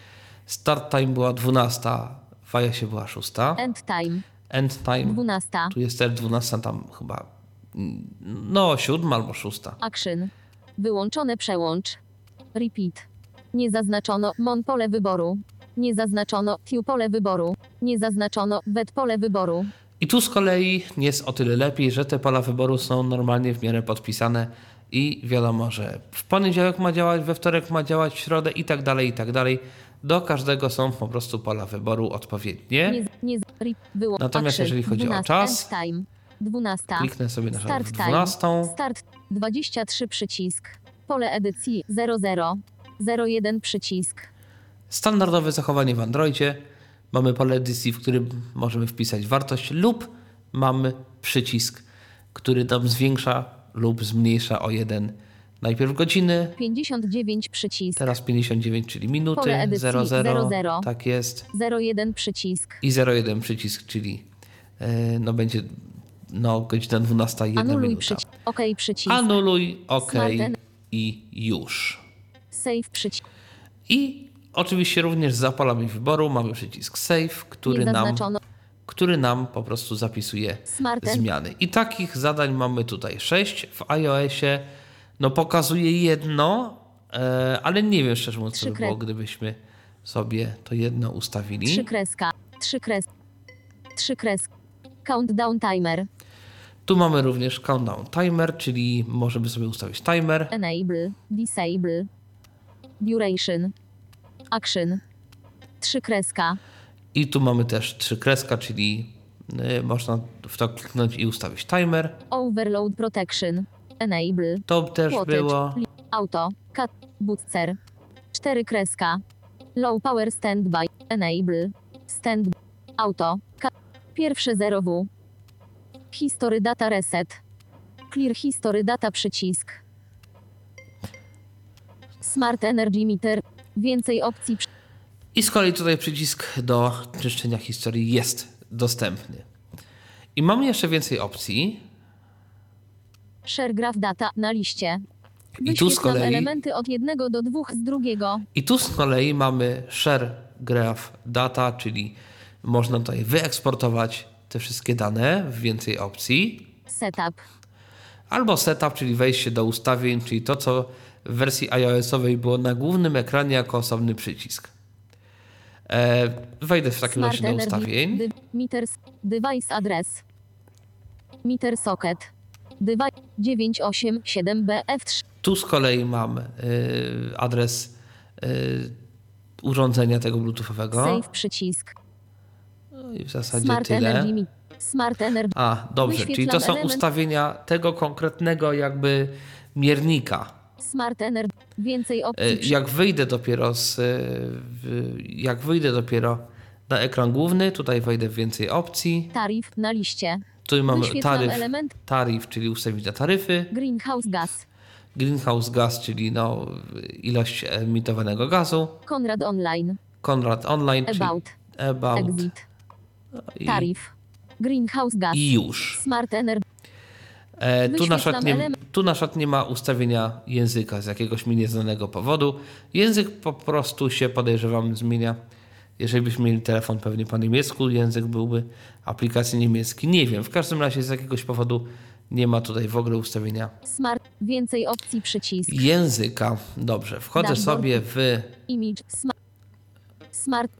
Start time była dwunasta, w iOSie była szósta. End time. End time, dwunasta. tu jest też dwunasta, tam chyba, mm, no siódma albo szósta. Action. Wyłączone przełącz. Repeat. Nie zaznaczono mon pole wyboru. Nie zaznaczono Q pole wyboru. Nie zaznaczono wet pole wyboru. I tu z kolei jest o tyle lepiej, że te pola wyboru są normalnie w miarę podpisane i wiadomo, że w poniedziałek ma działać, we wtorek ma działać, w środę i tak dalej, i tak dalej. Do każdego są po prostu pola wyboru odpowiednie. Nie, nie, re, wyło, Natomiast action. jeżeli chodzi o dwunasta. czas, End time. dwunasta. Kliknę sobie na Start w time. dwunastą. Start dwadzieścia trzy przycisk. Pole edycji zero zero. zero jeden przycisk. Standardowe zachowanie w Androidzie. Mamy pole edycji, w którym możemy wpisać wartość lub mamy przycisk, który nam zwiększa lub zmniejsza o jeden. Najpierw godziny, pięćdziesiąt dziewięć przycisk. teraz pięćdziesiąt dziewięć, czyli minuty, Pole edycji zero zero zero, zero. tak jest, zero jeden przycisk. i zero jeden przycisk, czyli yy, no będzie no, godzina dwunasta i jedna Anuluj minuta. przycisk. OK przycisk. Anuluj, OK Smart en- i już. Save przycisk. I oczywiście również za polami wyboru mamy przycisk Save, który Nie nam, zaznaczono. który nam po prostu zapisuje Smart en- zmiany. I takich zadań mamy tutaj sześć. W iOSie no pokazuje jedno, e, ale nie wiem szczerze mówiąc, co Trzy by było, kre- gdybyśmy sobie to jedno ustawili. Trzy kreska. Trzy kres. Trzy kresk. Countdown timer. Tu mamy również countdown timer, czyli możemy sobie ustawić timer. Enable. Disable. Duration. Action. Trzy kreska. I tu mamy też trzy kreska, czyli y, można w to kliknąć i ustawić timer. Overload protection. Enable. To też Wattage. było. Li- Auto. Cut. Booster. Cztery kreska. Low power standby. Enable. Stand. Auto. Cut. Pierwsze zero W. History data reset. Clear history data przycisk. Smart Energy Meter. Więcej opcji. przy- I z kolei tutaj przycisk do czyszczenia historii jest dostępny. I mamy jeszcze więcej opcji. Share graph data na liście. I tu z Wyświetlam kolei, elementy od jednego do dwóch z drugiego. i tu z kolei mamy share graph data, czyli można tutaj wyeksportować te wszystkie dane w więcej opcji. Setup. Albo setup, czyli wejście do ustawień, czyli to, co w wersji iOS-owej było na głównym ekranie jako osobny przycisk. E, wejdę w takim Smart razie do Energy. ustawień. Dy- meter, s- device address. Meter socket. Device dziewięć osiem siedem B F trzy. Tu z kolei mam y, adres y, urządzenia tego bluetoothowego. Save przycisk. No i w zasadzie Smart tyle. Energy. Mi- Smart Energy. A, dobrze, czyli to Wyświetlam są element- ustawienia tego konkretnego jakby miernika. Smart Energy. Więcej opcji. Y, przy- Jak wyjdę dopiero z, y, w- jak wyjdę dopiero na ekran główny, tutaj wejdę w więcej opcji. Taryf na liście. Tu mamy Wyświetlam taryf, element. taryf, czyli ustawienia taryfy. Greenhouse gas. Greenhouse gas, czyli no, ilość emitowanego gazu. Konrad Online. Konrad Online, czyli About. about Exit. i, Taryf. Greenhouse gas. i już. Smart Energy. E, tu, na Wyświetlam przykład nie, element- tu na przykład nie ma ustawienia języka z jakiegoś mi nieznanego powodu. Język po prostu się, podejrzewam, zmienia. Jeżeli byśmy mieli telefon pewnie po niemiecku, język byłby aplikacji niemiecki. Nie wiem, w każdym razie z jakiegoś powodu nie ma tutaj w ogóle ustawienia Smart. Więcej opcji przycisk. języka. Dobrze, wchodzę Dashboard. sobie w, Image. Smart. Smart.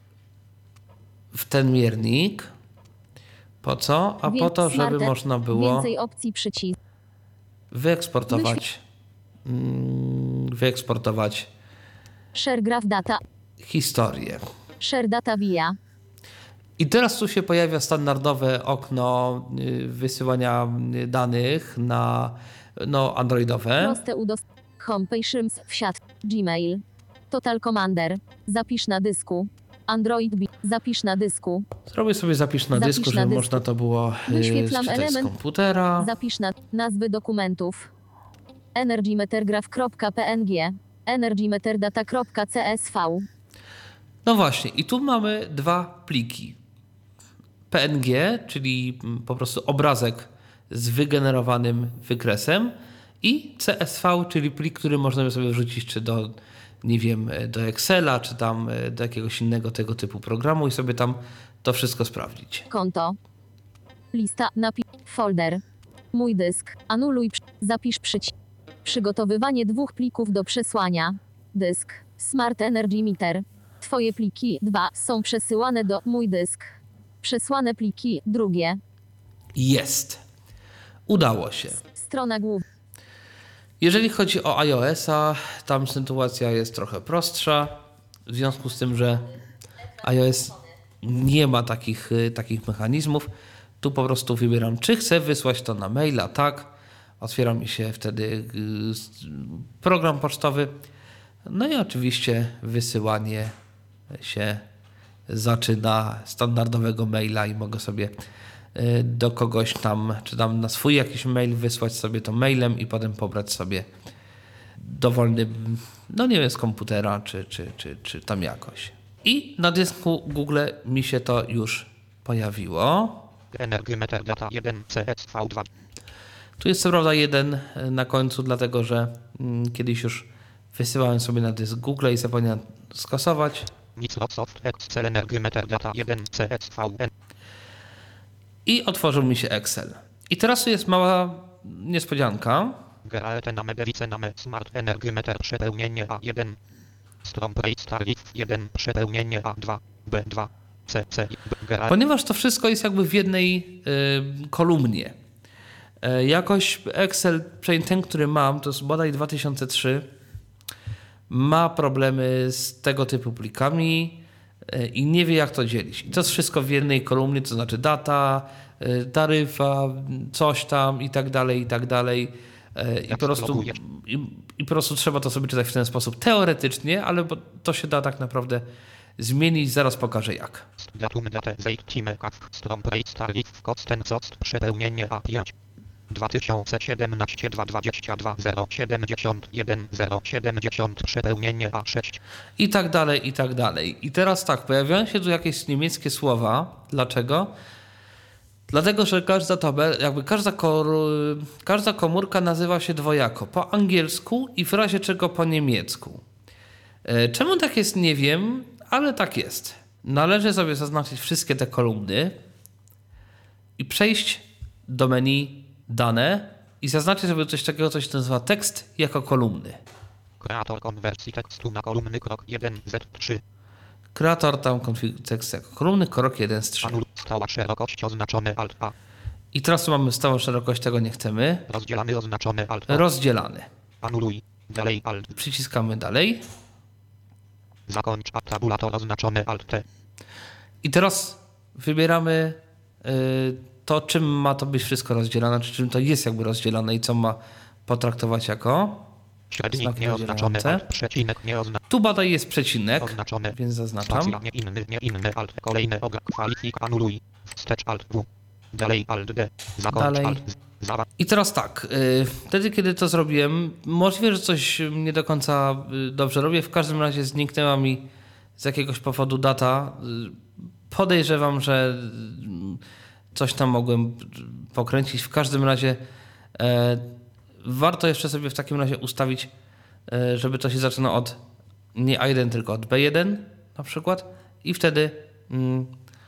w ten miernik. Po co? A Wie- po to, żeby smart- można było Więcej opcji przycisk. wyeksportować mm, wyeksportować Share graph data. historię. Share data via. I teraz tu się pojawia standardowe okno y, wysyłania y, danych na no, androidowe. Proste udost. Homepage Szyms. Wsiad. Gmail. Total Commander. Zapisz na dysku. Android B. Zapisz na dysku. Zrobię sobie zapisz na Zapisz dysku, na żeby dysku. można to było y, Wyświetlam czytać z element. komputera. Zapisz na nazwy dokumentów. energymetergraph.png, energymeterdata.csv. No właśnie, i tu mamy dwa pliki. P N G, czyli po prostu obrazek z wygenerowanym wykresem, i C S V, czyli plik, który możemy sobie wrzucić czy do, nie wiem, do Excela, czy tam do jakiegoś innego tego typu programu i sobie tam to wszystko sprawdzić. Konto. Lista. Napisz. Folder. Mój dysk. Anuluj. Zapisz przycisk. Przygotowywanie dwóch plików do przesłania. Dysk. Smart Energy Meter. Twoje pliki dwa są przesyłane do mój dysk. Przesłane pliki drugie. Jest. Udało się. Strona główna. Jeżeli chodzi o iOS-a, tam sytuacja jest trochę prostsza, w związku z tym, że iOS nie ma takich, takich mechanizmów. Tu po prostu wybieram, czy chcę wysłać to na maila, tak. Otwiera mi się wtedy program pocztowy. No i oczywiście wysyłanie się zaczyna standardowego maila i mogę sobie do kogoś tam, czy tam na swój jakiś mail wysłać sobie to mailem i potem pobrać sobie dowolny, no nie wiem, z komputera, czy, czy, czy, czy tam jakoś. I na dysku Google mi się to już pojawiło. Energymeter data jeden C S V dwa. Tu jest co prawda jeden na końcu, dlatego że mm, kiedyś już wysyłałem sobie na dysk Google i zapomniałem skasować. Microsoft Excel Energymeter data jeden C S V N. I otworzył mi się Excel. I teraz tu jest mała niespodzianka. Geraete name delice name Smart Energymeter przepełnienie A jeden. Strom Plate Starlif jeden przepełnienie A dwa. B dwa. C C. Geraete. Ponieważ to wszystko jest jakby w jednej y, kolumnie. Y, jakoś Excel, przynajmniej ten, który mam, to jest bodaj dwa tysiące trzy, ma problemy z tego typu plikami y, i nie wie, jak to dzielić. I to jest wszystko w jednej kolumnie, to znaczy data, y, taryfa, coś tam i tak dalej, i tak dalej. Y, i, po prostu, i, I po prostu trzeba to sobie czytać w ten sposób teoretycznie, ale bo to się da tak naprawdę zmienić. Zaraz pokażę jak. Datum datę zejcimy kaf strom Plate Starlif kosten cost przepełnienie A pięć. dwa tysiące siedemnaście dwa dwadzieścia dwa zero siedemdziesiąt jeden zero siedemdziesiąt przepełnienie A sześć. I tak dalej, i tak dalej. I teraz tak, pojawiają się tu jakieś niemieckie słowa. Dlaczego? Dlatego, że każda tabela, jakby każda, kor, każda komórka nazywa się dwojako. Po angielsku i w razie czego po niemiecku. Czemu tak jest, nie wiem, ale tak jest. Należy sobie zaznaczyć wszystkie te kolumny i przejść do menu dane i zaznaczyć sobie coś takiego, co się nazywa tekst jako kolumny. Kreator konwersji tekstu na kolumny krok jeden Z trzy. Kreator tam konfiguruj tekst jako kolumny, krok jeden z trzy. Anul stała szerokość oznaczone Alt A. I teraz tu mamy stałą szerokość, tego nie chcemy. Rozdzielamy oznaczone Alt A. Rozdzielany. Anuluj. Dalej Alt. Przyciskamy dalej. Zakończ a tabulator oznaczone Alt T. I teraz wybieramy y, to, czym ma to być wszystko rozdzielane, czy czym to jest jakby rozdzielane i co ma potraktować jako Średnik znaki nieoznaczone rozdzielające. Alt. Przecinek nieoznaczone. Tu badaj jest przecinek, Oznaczone. więc zaznaczam. Spacja nie inny, nie inny Alt. Kolejny obraz. Kwalifik. Anuluj. Wstecz Alt W. Dalej Alt D. Zakończ Dalej. Alt. Zawa. I teraz tak, y, wtedy kiedy to zrobiłem, możliwe, że coś nie do końca y, dobrze robię, w każdym razie zniknęła mi z jakiegoś powodu data. Y, podejrzewam, że y, coś tam mogłem pokręcić. W każdym razie y, warto jeszcze sobie w takim razie ustawić, y, żeby to się zaczynało od nie A jeden, tylko od B jeden na przykład i wtedy y,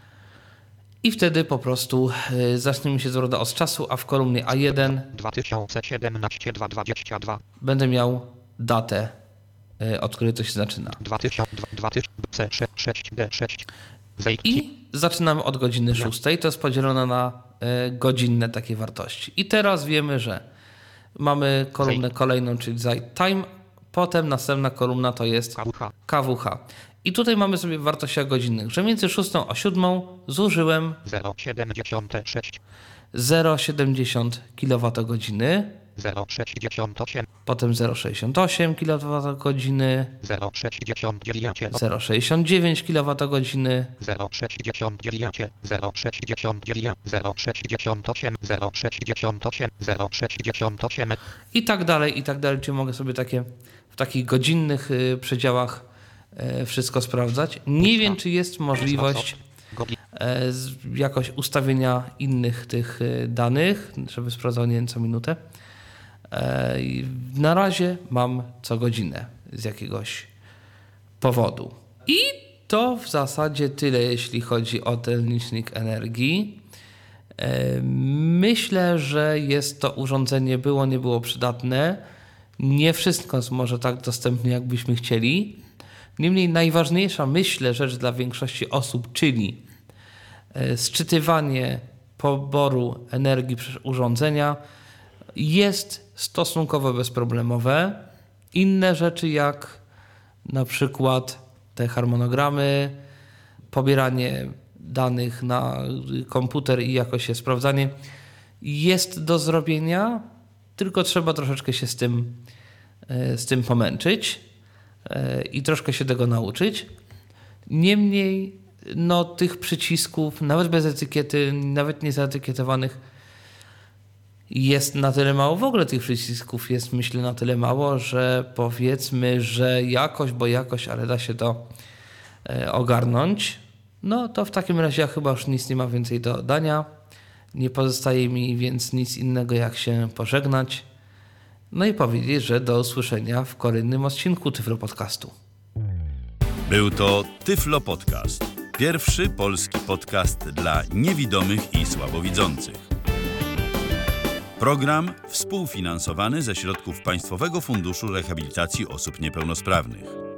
I wtedy po prostu y, zacznie mi się zwrota od czasu, a w kolumnie A jeden dwa tysiące siedemnaście dwa dwadzieścia dwa. będę miał datę, y, od której to się zaczyna. dwa tysiące dwa C sześć D sześć. Zejdź. I zaczynamy od godziny szóstej. To jest podzielone na y, godzinne takie wartości. I teraz wiemy, że mamy kolumnę kolejną, czyli time. Potem następna kolumna to jest K W H. K W H. I tutaj mamy sobie w wartościach godzinnych, że między szóstą a siódmą zużyłem zero przecinek siedemdziesiąt sześć. zero przecinek siedemdziesiąt kilowatogodziny. zero przecinek sześćdziesiąt osiem, potem zero przecinek sześćdziesiąt osiem kilowatogodziny, zero przecinek sześćdziesiąt dziewięć, zero przecinek sześćdziesiąt dziewięć kilowatogodziny, zero przecinek sześćdziesiąt dziewięć, zero przecinek sześćdziesiąt dziewięć, zero przecinek sześćdziesiąt osiem, zero przecinek sześćdziesiąt osiem, zero przecinek sześćdziesiąt osiem i tak dalej, i tak dalej. Czyli mogę sobie takie w takich godzinnych y, przedziałach y, wszystko sprawdzać. Nie wiem, czy jest możliwość y, z, jakoś ustawienia innych tych y, danych, żeby sprawdzał, nie wiem, co minutę. Y, na razie mam co godzinę z jakiegoś powodu. I to w zasadzie tyle, jeśli chodzi o ten licznik energii. Y, myślę, że jest to urządzenie było, nie było przydatne. Nie wszystko jest może tak dostępne, jakbyśmy chcieli. Niemniej najważniejsza, myślę, rzecz dla większości osób, czyli sczytywanie poboru energii przez urządzenia, jest stosunkowo bezproblemowe. Inne rzeczy, jak na przykład te harmonogramy, pobieranie danych na komputer i jakoś je sprawdzanie, jest do zrobienia, tylko trzeba troszeczkę się z tym, z tym pomęczyć i troszkę się tego nauczyć. Niemniej no, tych przycisków, nawet bez etykiety, nawet nie zaetykietowanych, jest na tyle mało. W ogóle tych przycisków jest, myślę, na tyle mało, że powiedzmy, że jakoś, bo jakoś, ale da się to ogarnąć. No to w takim razie ja chyba już nic nie ma więcej do dodania. Nie pozostaje mi więc nic innego, jak się pożegnać. No i powiedzieć, że do usłyszenia w kolejnym odcinku Tyflo Podcastu. Był to Tyflo Podcast. Pierwszy polski podcast dla niewidomych i słabowidzących. Program współfinansowany ze środków Państwowego Funduszu Rehabilitacji Osób Niepełnosprawnych.